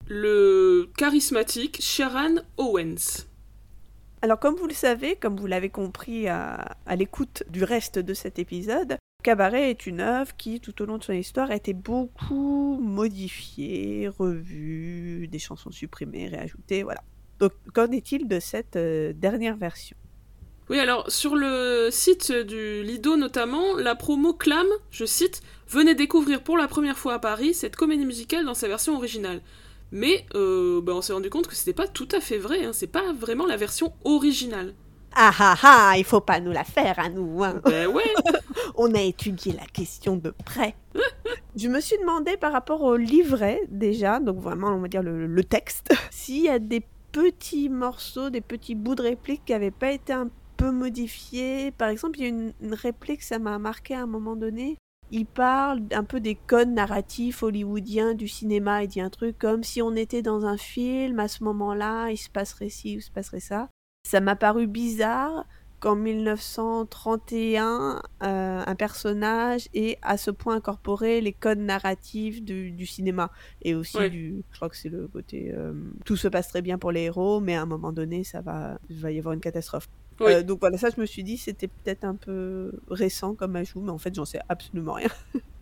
le charismatique Sharon Owens. Alors comme vous le savez, comme vous l'avez compris à, à l'écoute du reste de cet épisode, Cabaret est une œuvre qui, tout au long de son histoire, a été beaucoup modifiée, revue, des chansons supprimées, réajoutées, voilà. Donc, qu'en est-il de cette euh, dernière version ? Oui, alors, sur le site du Lido notamment, la promo clame, je cite, « Venez découvrir pour la première fois à Paris cette comédie musicale dans sa version originale ». Mais euh, bah, on s'est rendu compte que c'était pas tout à fait vrai, hein, c'est pas vraiment la version originale. Ah ah ah, il faut pas nous la faire à nous, hein. Ben ouais. On a étudié la question de près. Je me suis demandé par rapport au livret déjà, donc vraiment on va dire le, le texte, s'il y a des petits morceaux, des petits bouts de répliques qui n'avaient pas été un peu modifiés. Par exemple, il y a une, une réplique, ça m'a marqué à un moment donné. Il parle un peu des codes narratifs hollywoodiens du cinéma. Il dit un truc comme si on était dans un film, à ce moment-là, il se passerait ci ou se passerait ça. Ça m'a paru bizarre qu'en mille neuf cent trente et un, euh, un personnage ait à ce point incorporé les codes narratifs du, du cinéma. Et aussi, ouais. du, je crois que c'est le côté euh, tout se passe très bien pour les héros, mais à un moment donné, ça va, il va y avoir une catastrophe. Oui. Euh, donc voilà, ça je me suis dit, c'était peut-être un peu récent comme ajout, mais en fait, j'en sais absolument rien.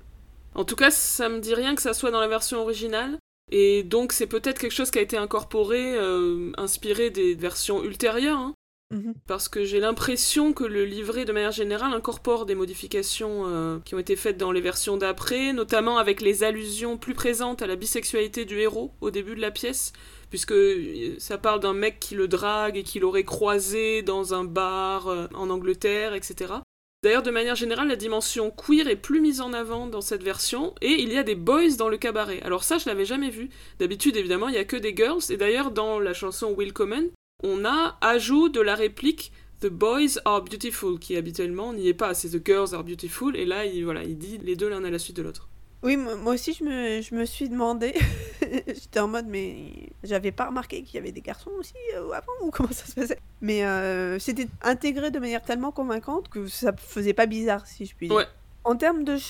En tout cas, ça me dit rien que ça soit dans la version originale. Et donc, c'est peut-être quelque chose qui a été incorporé, euh, inspiré des versions ultérieures. Hein. Mmh. Parce que j'ai l'impression que le livret, de manière générale, incorpore des modifications euh, qui ont été faites dans les versions d'après, notamment avec les allusions plus présentes à la bisexualité du héros au début de la pièce, puisque ça parle d'un mec qui le drague et qui l'aurait croisé dans un bar euh, en Angleterre, et cetera. D'ailleurs, de manière générale, la dimension queer est plus mise en avant dans cette version, et il y a des boys dans le cabaret. Alors ça, je l'avais jamais vu. D'habitude, évidemment, il y a que des girls, et d'ailleurs, dans la chanson Willkommen, on a ajout de la réplique « The boys are beautiful », qui habituellement n'y est pas, c'est « The girls are beautiful », et là, il, voilà, il dit les deux l'un à la suite de l'autre. Oui, moi aussi, je me, je me suis demandé, j'étais en mode, mais j'avais pas remarqué qu'il y avait des garçons aussi euh, avant, ou comment ça se passait. Mais euh, c'était intégré de manière tellement convaincante que ça faisait pas bizarre, si je puis dire. Ouais. En termes de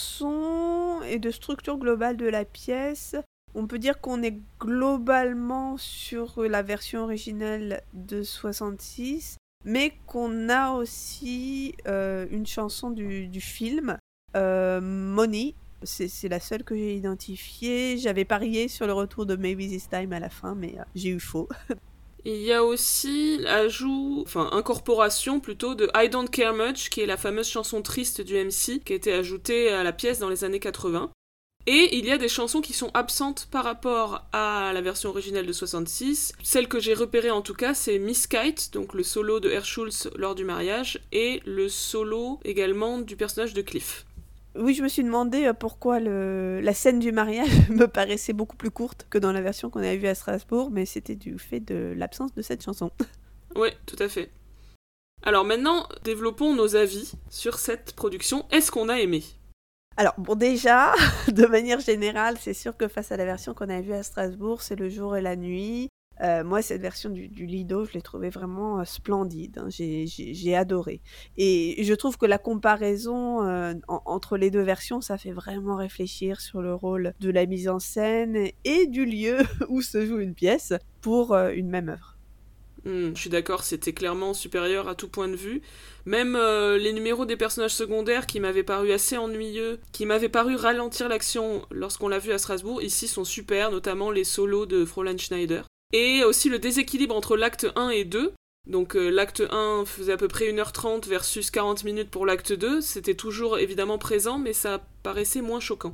chansons et de structure globale de la pièce, on peut dire qu'on est globalement sur la version originale de soixante-six, mais qu'on a aussi euh, une chanson du, du film, euh, Money. C'est, c'est la seule que j'ai identifiée. J'avais parié sur le retour de Maybe This Time à la fin, mais euh, j'ai eu faux. Il y a aussi l'ajout, enfin incorporation plutôt, de I Don't Care Much, qui est la fameuse chanson triste du M C, qui a été ajoutée à la pièce dans les années quatre-vingts. Et il y a des chansons qui sont absentes par rapport à la version originale de soixante-six. Celle que j'ai repérée en tout cas, c'est Miss Kite, donc le solo de Herr Schulz lors du mariage, et le solo également du personnage de Cliff. Oui, je me suis demandé pourquoi le... la scène du mariage me paraissait beaucoup plus courte que dans la version qu'on avait vue à Strasbourg, mais c'était du fait de l'absence de cette chanson. Oui, tout à fait. Alors maintenant, développons nos avis sur cette production. Est-ce qu'on a aimé ? Alors, bon, déjà, de manière générale, c'est sûr que face à la version qu'on a vue à Strasbourg, c'est le jour et la nuit. Euh, moi, cette version du, du Lido, je l'ai trouvée vraiment euh, splendide. Hein. J'ai, j'ai, j'ai adoré. Et je trouve que la comparaison euh, en, entre les deux versions, ça fait vraiment réfléchir sur le rôle de la mise en scène et du lieu où se joue une pièce pour euh, une même œuvre. Mmh, je suis d'accord, c'était clairement supérieur à tout point de vue. Même euh, les numéros des personnages secondaires qui m'avaient paru assez ennuyeux, qui m'avaient paru ralentir l'action lorsqu'on l'a vu à Strasbourg, ici sont super, notamment les solos de Fräulein Schneider. Et aussi le déséquilibre entre l'acte un et deux. Donc euh, l'acte un faisait à peu près une heure trente versus quarante minutes pour l'acte deux. C'était toujours évidemment présent, mais ça paraissait moins choquant.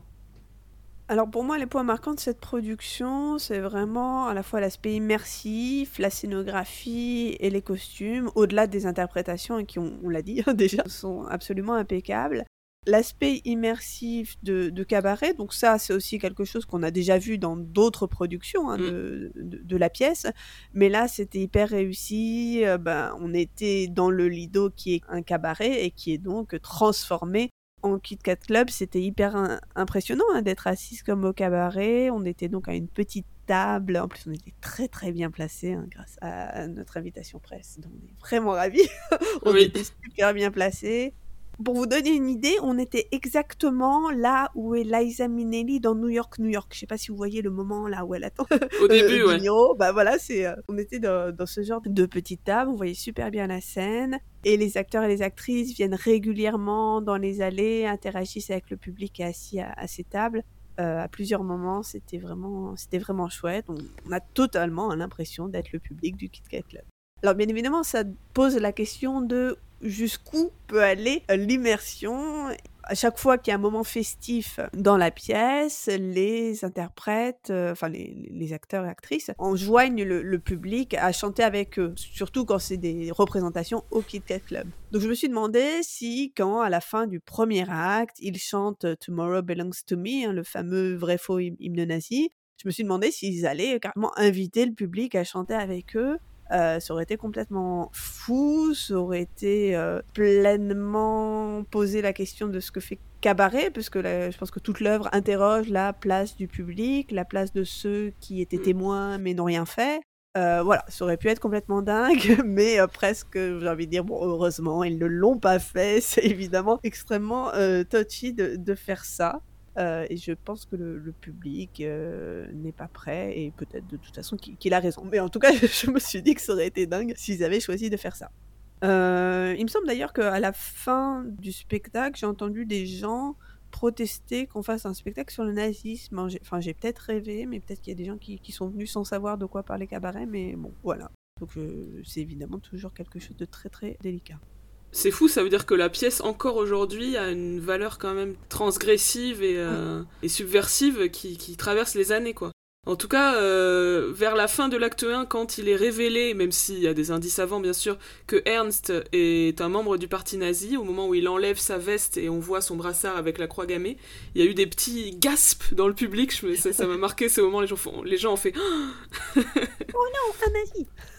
Alors pour moi, les points marquants de cette production, c'est vraiment à la fois l'aspect immersif, la scénographie et les costumes, au-delà des interprétations qui, on, on l'a dit déjà, sont absolument impeccables. L'aspect immersif de, de Cabaret, donc ça c'est aussi quelque chose qu'on a déjà vu dans d'autres productions hein, de, de, de la pièce, mais là c'était hyper réussi, euh, ben, on était dans le Lido qui est un cabaret et qui est donc transformé en Kit Kat Club. C'était hyper un, impressionnant hein, d'être assise comme au cabaret, on était donc à une petite table, en plus on était très très bien placés hein, grâce à notre invitation presse, donc on est vraiment ravis, on oui. était super bien placés. Pour vous donner une idée, on était exactement là où est Liza Minnelli dans New York, New York. Je sais pas si vous voyez le moment là où elle attend. Au début, euh, ouais. Numéro. Bah voilà, c'est, euh, on était dans, dans ce genre de petite table, on voyait super bien la scène. Et les acteurs et les actrices viennent régulièrement dans les allées, interagissent avec le public qui est assis à, à ces tables. euh, à plusieurs moments, c'était vraiment, c'était vraiment chouette. On, on a totalement l'impression d'être le public du Kit Kat Club. Alors bien évidemment, ça pose la question de jusqu'où peut aller l'immersion. À chaque fois qu'il y a un moment festif dans la pièce, les interprètes, euh, enfin les, les acteurs et actrices, enjoignent le, le public à chanter avec eux, surtout quand c'est des représentations au Kit Kat Club. Donc je me suis demandé si, quand à la fin du premier acte, ils chantent « Tomorrow Belongs to Me », hein, le fameux vrai-faux hymne nazi, je me suis demandé s'ils allaient carrément inviter le public à chanter avec eux. Euh, ça aurait été complètement fou, ça aurait été euh, pleinement posé la question de ce que fait Cabaret, parce que là, je pense que toute l'œuvre interroge la place du public, la place de ceux qui étaient témoins mais n'ont rien fait. Euh, voilà, ça aurait pu être complètement dingue, mais euh, presque, j'ai envie de dire, bon, heureusement, ils ne l'ont pas fait. C'est évidemment extrêmement euh, touchy de, de faire ça. Euh, et je pense que le, le public euh, n'est pas prêt, et peut-être de toute façon qu'il, qu'il a raison. Mais en tout cas, je me suis dit que ça aurait été dingue s'ils avaient choisi de faire ça. Euh, il me semble d'ailleurs qu'à la fin du spectacle, j'ai entendu des gens protester qu'on fasse un spectacle sur le nazisme. J'ai, enfin, j'ai peut-être rêvé, mais peut-être qu'il y a des gens qui, qui sont venus sans savoir de quoi parlait Cabaret, mais bon, voilà. Donc euh, c'est évidemment toujours quelque chose de très très délicat. C'est fou, ça veut dire que la pièce, encore aujourd'hui, a une valeur quand même transgressive et, euh, mmh. et subversive qui, qui traverse les années, quoi. En tout cas, euh, vers la fin de l'acte un, quand il est révélé, même s'il y a des indices avant, bien sûr, que Ernst est un membre du parti nazi, au moment où il enlève sa veste et on voit son brassard avec la croix gammée, il y a eu des petits gasps dans le public, je me, ça, ça m'a marqué ce moment, les gens, font, les gens ont fait « Oh non, un nazi !»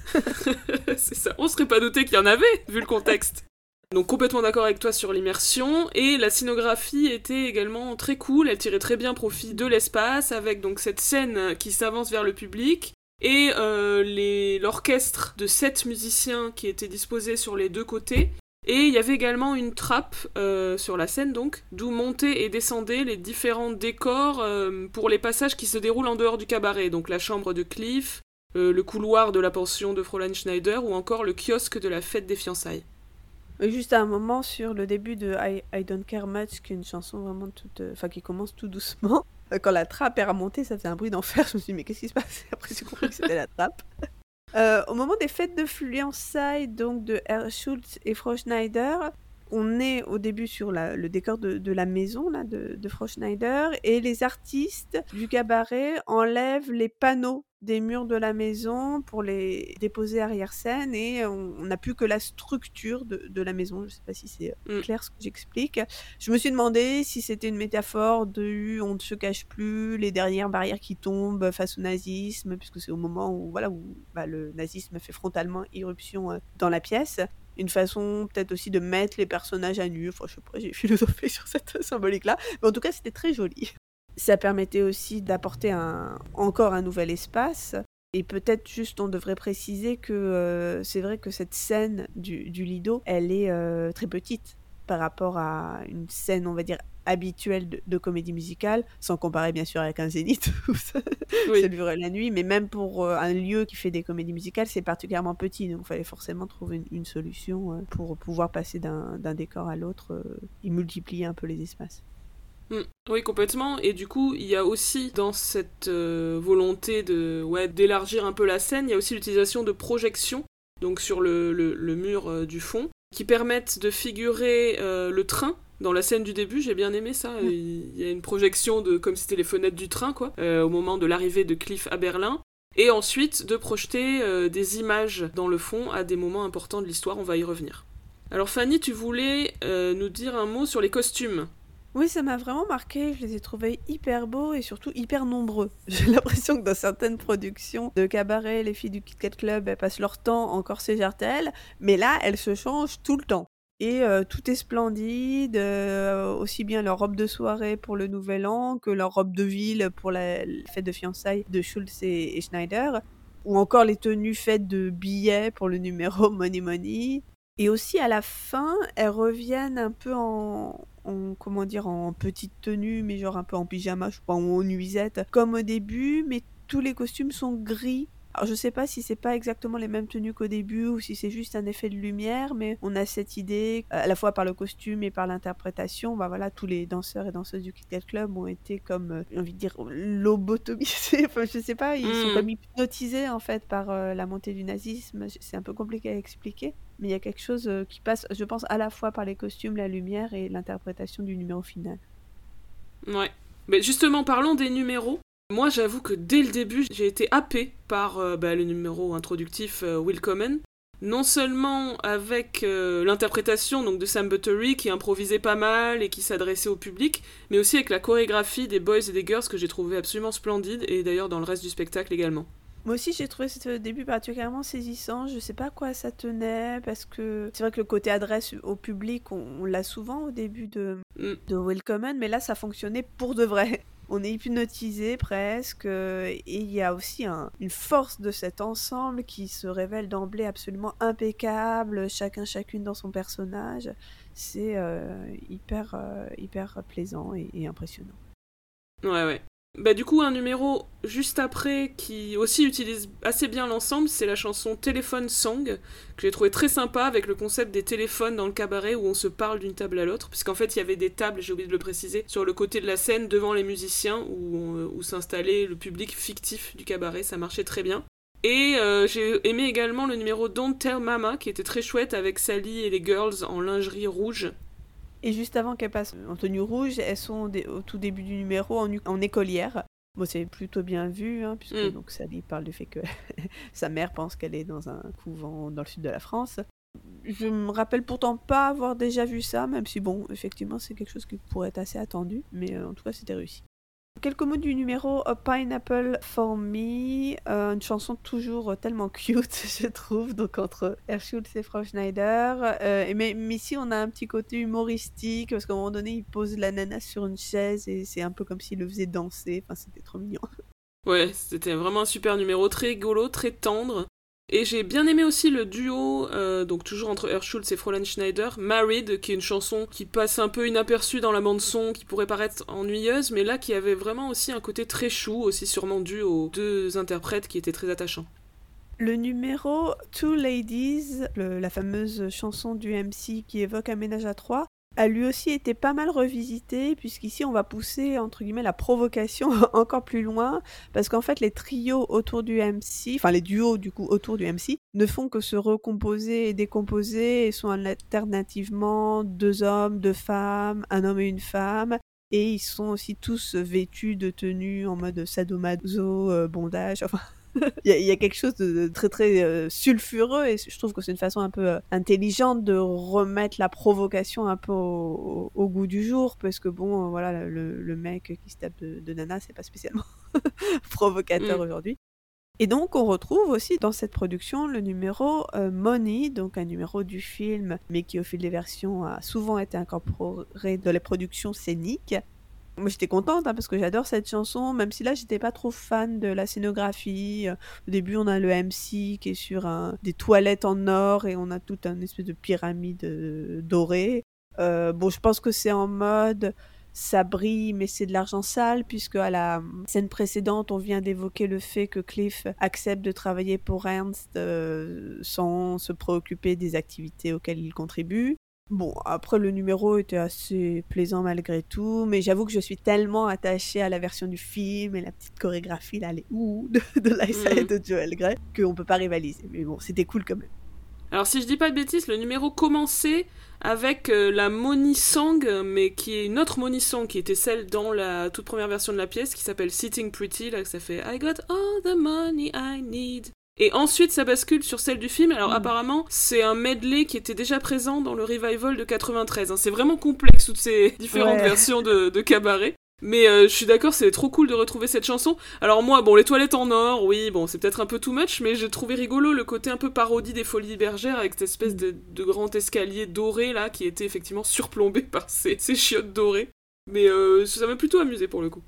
C'est ça, on serait pas douté qu'il y en avait, vu le contexte. Donc complètement d'accord avec toi sur l'immersion, et la scénographie était également très cool, elle tirait très bien profit de l'espace, avec donc cette scène qui s'avance vers le public, et euh, les, l'orchestre de sept musiciens qui étaient disposés sur les deux côtés, et il y avait également une trappe euh, sur la scène donc, d'où montaient et descendaient les différents décors euh, pour les passages qui se déroulent en dehors du cabaret, donc la chambre de Cliff, euh, le couloir de la pension de Fräulein Schneider, ou encore le kiosque de la fête des fiançailles. Juste à un moment sur le début de I, I Don't Care Much, qui est une chanson vraiment toute, enfin qui commence tout doucement. Quand la trappe est remontée, ça faisait un bruit d'enfer. Je me suis dit mais qu'est-ce qui se passe ? Après j'ai compris que c'était la trappe. Euh, au moment des fêtes de fiançailles, donc de Herr Schultz et Frau Schneider, on est au début sur la, le décor de, de la maison là, de, de Frau Schneider, et les artistes du cabaret enlèvent les panneaux des murs de la maison pour les déposer arrière-scène, et on n'a plus que la structure de, de la maison. Je ne sais pas si c'est mm. clair ce que j'explique. Je me suis demandé si c'était une métaphore de « on ne se cache plus, les dernières barrières qui tombent face au nazisme », puisque c'est au moment où, voilà, où bah, le nazisme fait frontalement irruption dans la pièce. Une façon peut-être aussi de mettre les personnages à nu. Enfin, je sais pas, j'ai philosophé sur cette symbolique-là. Mais en tout cas, c'était très joli. Ça permettait aussi d'apporter un, encore un nouvel espace. Et peut-être juste, on devrait préciser que euh, c'est vrai que cette scène du, du Lido, elle est euh, très petite par rapport à une scène, on va dire, habituelle de, de comédie musicale, sans comparer bien sûr avec un zénith où ça, oui. ça durait la nuit, mais même pour euh, un lieu qui fait des comédies musicales, c'est particulièrement petit, donc il fallait forcément trouver une, une solution euh, pour pouvoir passer d'un, d'un décor à l'autre euh, et multiplier un peu les espaces. Mmh, oui, complètement. Et du coup, il y a aussi dans cette euh, volonté de, ouais, d'élargir un peu la scène, il y a aussi l'utilisation de projections, donc sur le, le, le mur euh, du fond, qui permettent de figurer euh, le train. Dans la scène du début, j'ai bien aimé ça. Mmh. Il y a une projection de comme si c'était les fenêtres du train, quoi, euh, au moment de l'arrivée de Cliff à Berlin. Et ensuite, de projeter euh, des images dans le fond à des moments importants de l'histoire. On va y revenir. Alors Fanny, tu voulais euh, nous dire un mot sur les costumes. Oui, ça m'a vraiment marqué, je les ai trouvés hyper beaux et surtout hyper nombreux. J'ai l'impression que dans certaines productions de cabaret, les filles du Kit Kat Club, elles passent leur temps en corset jartel, mais là, elles se changent tout le temps. Et euh, tout est splendide, euh, aussi bien leur robe de soirée pour le Nouvel An que leur robe de ville pour la, la fête de fiançailles de Schultz et, et Schneider, ou encore les tenues faites de billets pour le numéro Money Money. Et aussi à la fin, elles reviennent un peu en... en, comment dire, en petite tenue, mais genre un peu en pyjama, je sais pas, ou en nuisette, comme au début, mais tous les costumes sont gris, Alors je sais pas si c'est pas exactement les mêmes tenues qu'au début ou si c'est juste un effet de lumière, mais on a cette idée, à la fois par le costume et par l'interprétation, bah voilà, tous les danseurs et danseuses du Kit Kat Club ont été comme, euh, j'ai envie de dire, lobotomisés, enfin je sais pas, ils Mm. sont comme hypnotisés en fait par euh, la montée du nazisme, c'est un peu compliqué à expliquer, mais il y a quelque chose euh, qui passe, je pense, à la fois par les costumes, la lumière et l'interprétation du numéro final. Ouais. Mais justement, parlons des numéros. Moi, j'avoue que dès le début, j'ai été happée par euh, bah, le numéro introductif euh, Willkommen. Non seulement avec euh, l'interprétation donc, de Sam Buttery, qui improvisait pas mal et qui s'adressait au public, mais aussi avec la chorégraphie des boys et des girls que j'ai trouvé absolument splendide, et d'ailleurs dans le reste du spectacle également. Moi aussi, j'ai trouvé ce début particulièrement saisissant. Je sais pas à quoi ça tenait, parce que c'est vrai que le côté adresse au public, on, on l'a souvent au début de, Mm. de Willkommen, mais là, ça fonctionnait pour de vrai. On est hypnotisé presque, euh, et il y a aussi un- une force de cet ensemble qui se révèle d'emblée absolument impeccable, chacun chacune dans son personnage. C'est euh, hyper, euh, hyper plaisant et, et impressionnant. Ouais, ouais. Bah du coup, un numéro juste après qui aussi utilise assez bien l'ensemble, c'est la chanson Telephone Song, que j'ai trouvé très sympa avec le concept des téléphones dans le cabaret où on se parle d'une table à l'autre, puisqu'en fait il y avait des tables, j'ai oublié de le préciser, sur le côté de la scène devant les musiciens où, on- où s'installait le public fictif du cabaret, ça marchait très bien. Et euh, j'ai aimé également le numéro Don't Tell Mama, qui était très chouette avec Sally et les girls en lingerie rouge. Et juste avant qu'elles passent en tenue rouge, elles sont des- au tout début du numéro en, en écolière. Bon, c'est plutôt bien vu, hein, puisque Mm. donc Sally parle du fait que sa mère pense qu'elle est dans un couvent dans le sud de la France. Je me rappelle pourtant pas avoir déjà vu ça, même si bon, effectivement, c'est quelque chose qui pourrait être assez attendu, mais euh, en tout cas, c'était réussi. Quelques mots du numéro A Pineapple for Me, euh, une chanson toujours tellement cute, je trouve, donc entre Herschulz et Frau Schneider. Euh, et mais, mais ici, on a un petit côté humoristique, parce qu'à un moment donné, il pose la nana sur une chaise et c'est un peu comme s'il le faisait danser. Enfin, c'était trop mignon. Ouais, c'était vraiment un super numéro, très rigolo, très tendre. Et j'ai bien aimé aussi le duo, euh, donc toujours entre Herschulz et Fräulein Schneider, Married, qui est une chanson qui passe un peu inaperçue dans la bande-son, qui pourrait paraître ennuyeuse, mais là qui avait vraiment aussi un côté très chou, aussi sûrement dû aux deux interprètes qui étaient très attachants. Le numéro Two Ladies, le- la fameuse chanson du M C qui évoque un ménage à trois, a lui aussi été pas mal revisité, puisqu'ici on va pousser entre guillemets la provocation encore plus loin, parce qu'en fait les trios autour du M C, enfin les duos du coup autour du M C, ne font que se recomposer et décomposer et sont alternativement deux hommes, deux femmes, un homme et une femme. Et ils sont aussi tous vêtus de tenues en mode sadomaso, euh, bondage, enfin... Il y, a, il y a quelque chose de très très euh, sulfureux et je trouve que c'est une façon un peu euh, intelligente de remettre la provocation un peu au, au, au goût du jour, parce que bon, euh, voilà, le, le mec qui se tape de, de nana, c'est pas spécialement provocateur Mm. aujourd'hui. Et donc on retrouve aussi dans cette production le numéro euh, Money, donc un numéro du film, mais qui au fil des versions a souvent été incorporé dans les productions scéniques. Moi j'étais contente hein, parce que j'adore cette chanson, même si là j'étais pas trop fan de la scénographie. Euh, Au début on a le M C qui est sur un, des toilettes en or et on a toute une espèce de pyramide euh, dorée. Euh, bon je pense que c'est en mode ça brille mais c'est de l'argent sale, puisque à la scène précédente on vient d'évoquer le fait que Cliff accepte de travailler pour Ernst euh, sans se préoccuper des activités auxquelles il contribue. Bon, après le numéro était assez plaisant malgré tout, mais j'avoue que je suis tellement attachée à la version du film et la petite chorégraphie là, les ouh de, de Liza Mm. et de Joel Grey, qu'on peut pas rivaliser. Mais bon, c'était cool quand même. Alors si je dis pas de bêtises, le numéro commençait avec euh, la Money Song, mais qui est une autre Money Song, qui était celle dans la toute première version de la pièce, qui s'appelle Sitting Pretty, là que ça fait I got all the money I need. Et ensuite, ça bascule sur celle du film. Alors, Mm. apparemment, c'est un medley qui était déjà présent dans le revival de quatre-vingt-treize. Hein. C'est vraiment complexe, toutes ces différentes Ouais. versions de, de cabaret. Mais euh, je suis d'accord, c'est trop cool de retrouver cette chanson. Alors moi, bon, les toilettes en or, oui, bon, c'est peut-être un peu too much, mais j'ai trouvé rigolo le côté un peu parodie des Folies Bergères avec cette espèce de, de grand escalier doré, là, qui était effectivement surplombé par ces, ces chiottes dorées. Mais euh, ça m'a plutôt amusé pour le coup.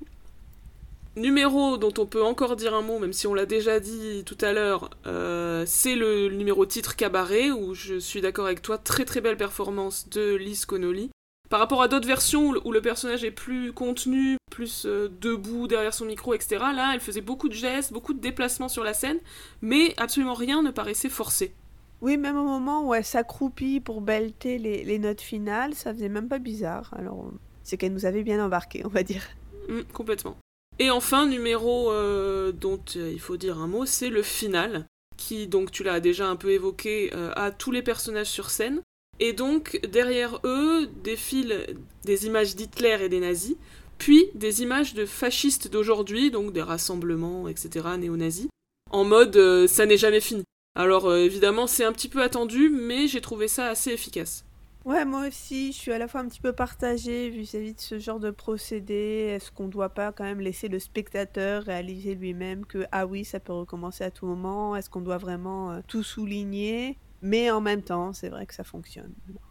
Numéro dont on peut encore dire un mot, même si on l'a déjà dit tout à l'heure, euh, c'est le, le numéro titre Cabaret, où je suis d'accord avec toi, très très belle performance de Liz Connolly. Par rapport à d'autres versions où le personnage est plus contenu, plus euh, debout derrière son micro, et cetera, là, elle faisait beaucoup de gestes, beaucoup de déplacements sur la scène, mais absolument rien ne paraissait forcé. Oui, même au moment où elle s'accroupit pour belter les, les notes finales, ça faisait même pas bizarre. Alors, c'est qu'elle nous avait bien embarqués, on va dire. Mmh, complètement. Et enfin, numéro euh, dont euh, il faut dire un mot, c'est le final, qui, donc tu l'as déjà un peu évoqué, euh, a tous les personnages sur scène. Et donc, derrière eux, défilent des images d'Hitler et des nazis, puis des images de fascistes d'aujourd'hui, donc des rassemblements, et cetera, néo-nazis, en mode euh, « ça n'est jamais fini ». Alors, euh, évidemment, c'est un petit peu attendu, mais j'ai trouvé ça assez efficace. Ouais, moi aussi, je suis à la fois un petit peu partagée vis-à-vis de ce genre de procédé. Est-ce qu'on ne doit pas quand même laisser le spectateur réaliser lui-même que, ah oui, ça peut recommencer à tout moment? Est-ce qu'on doit vraiment euh, tout souligner? Mais en même temps, c'est vrai que ça fonctionne.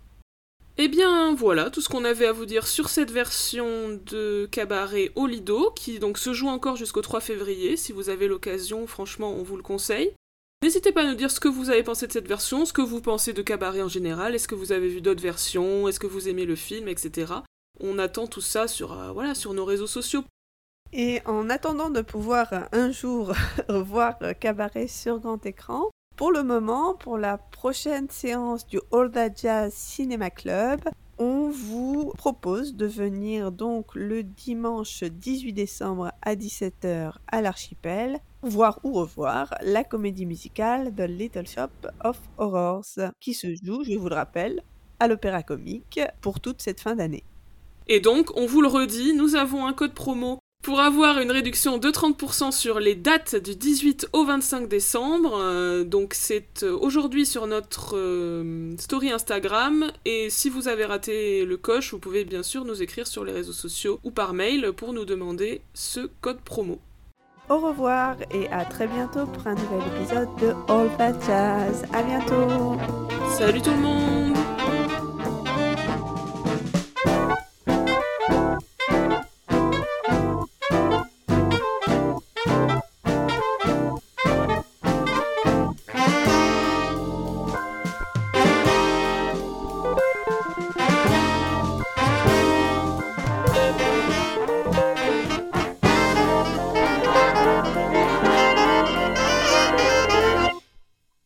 Eh bien voilà, tout ce qu'on avait à vous dire sur cette version de Cabaret au Lido, qui donc se joue encore jusqu'au trois février. Si vous avez l'occasion, franchement, on vous le conseille. N'hésitez pas à nous dire ce que vous avez pensé de cette version, ce que vous pensez de Cabaret en général, est-ce que vous avez vu d'autres versions, est-ce que vous aimez le film, et cetera. On attend tout ça sur, euh, voilà, sur nos réseaux sociaux. Et en attendant de pouvoir un jour voir Cabaret sur grand écran, pour le moment, pour la prochaine séance du All That Jazz Cinema Club, on vous propose de venir donc le dimanche dix-huit décembre à dix-sept heures à l'Archipel, voir ou revoir la comédie musicale The Little Shop of Horrors, qui se joue, je vous le rappelle, à l'Opéra Comique pour toute cette fin d'année. Et donc, on vous le redit, nous avons un code promo pour avoir une réduction de trente pour cent sur les dates du dix-huit au vingt-cinq décembre, euh, donc c'est aujourd'hui sur notre euh, story Instagram, et si vous avez raté le coche, vous pouvez bien sûr nous écrire sur les réseaux sociaux ou par mail pour nous demander ce code promo. Au revoir et à très bientôt pour un nouvel épisode de All That Jazz. À bientôt. Salut tout le monde.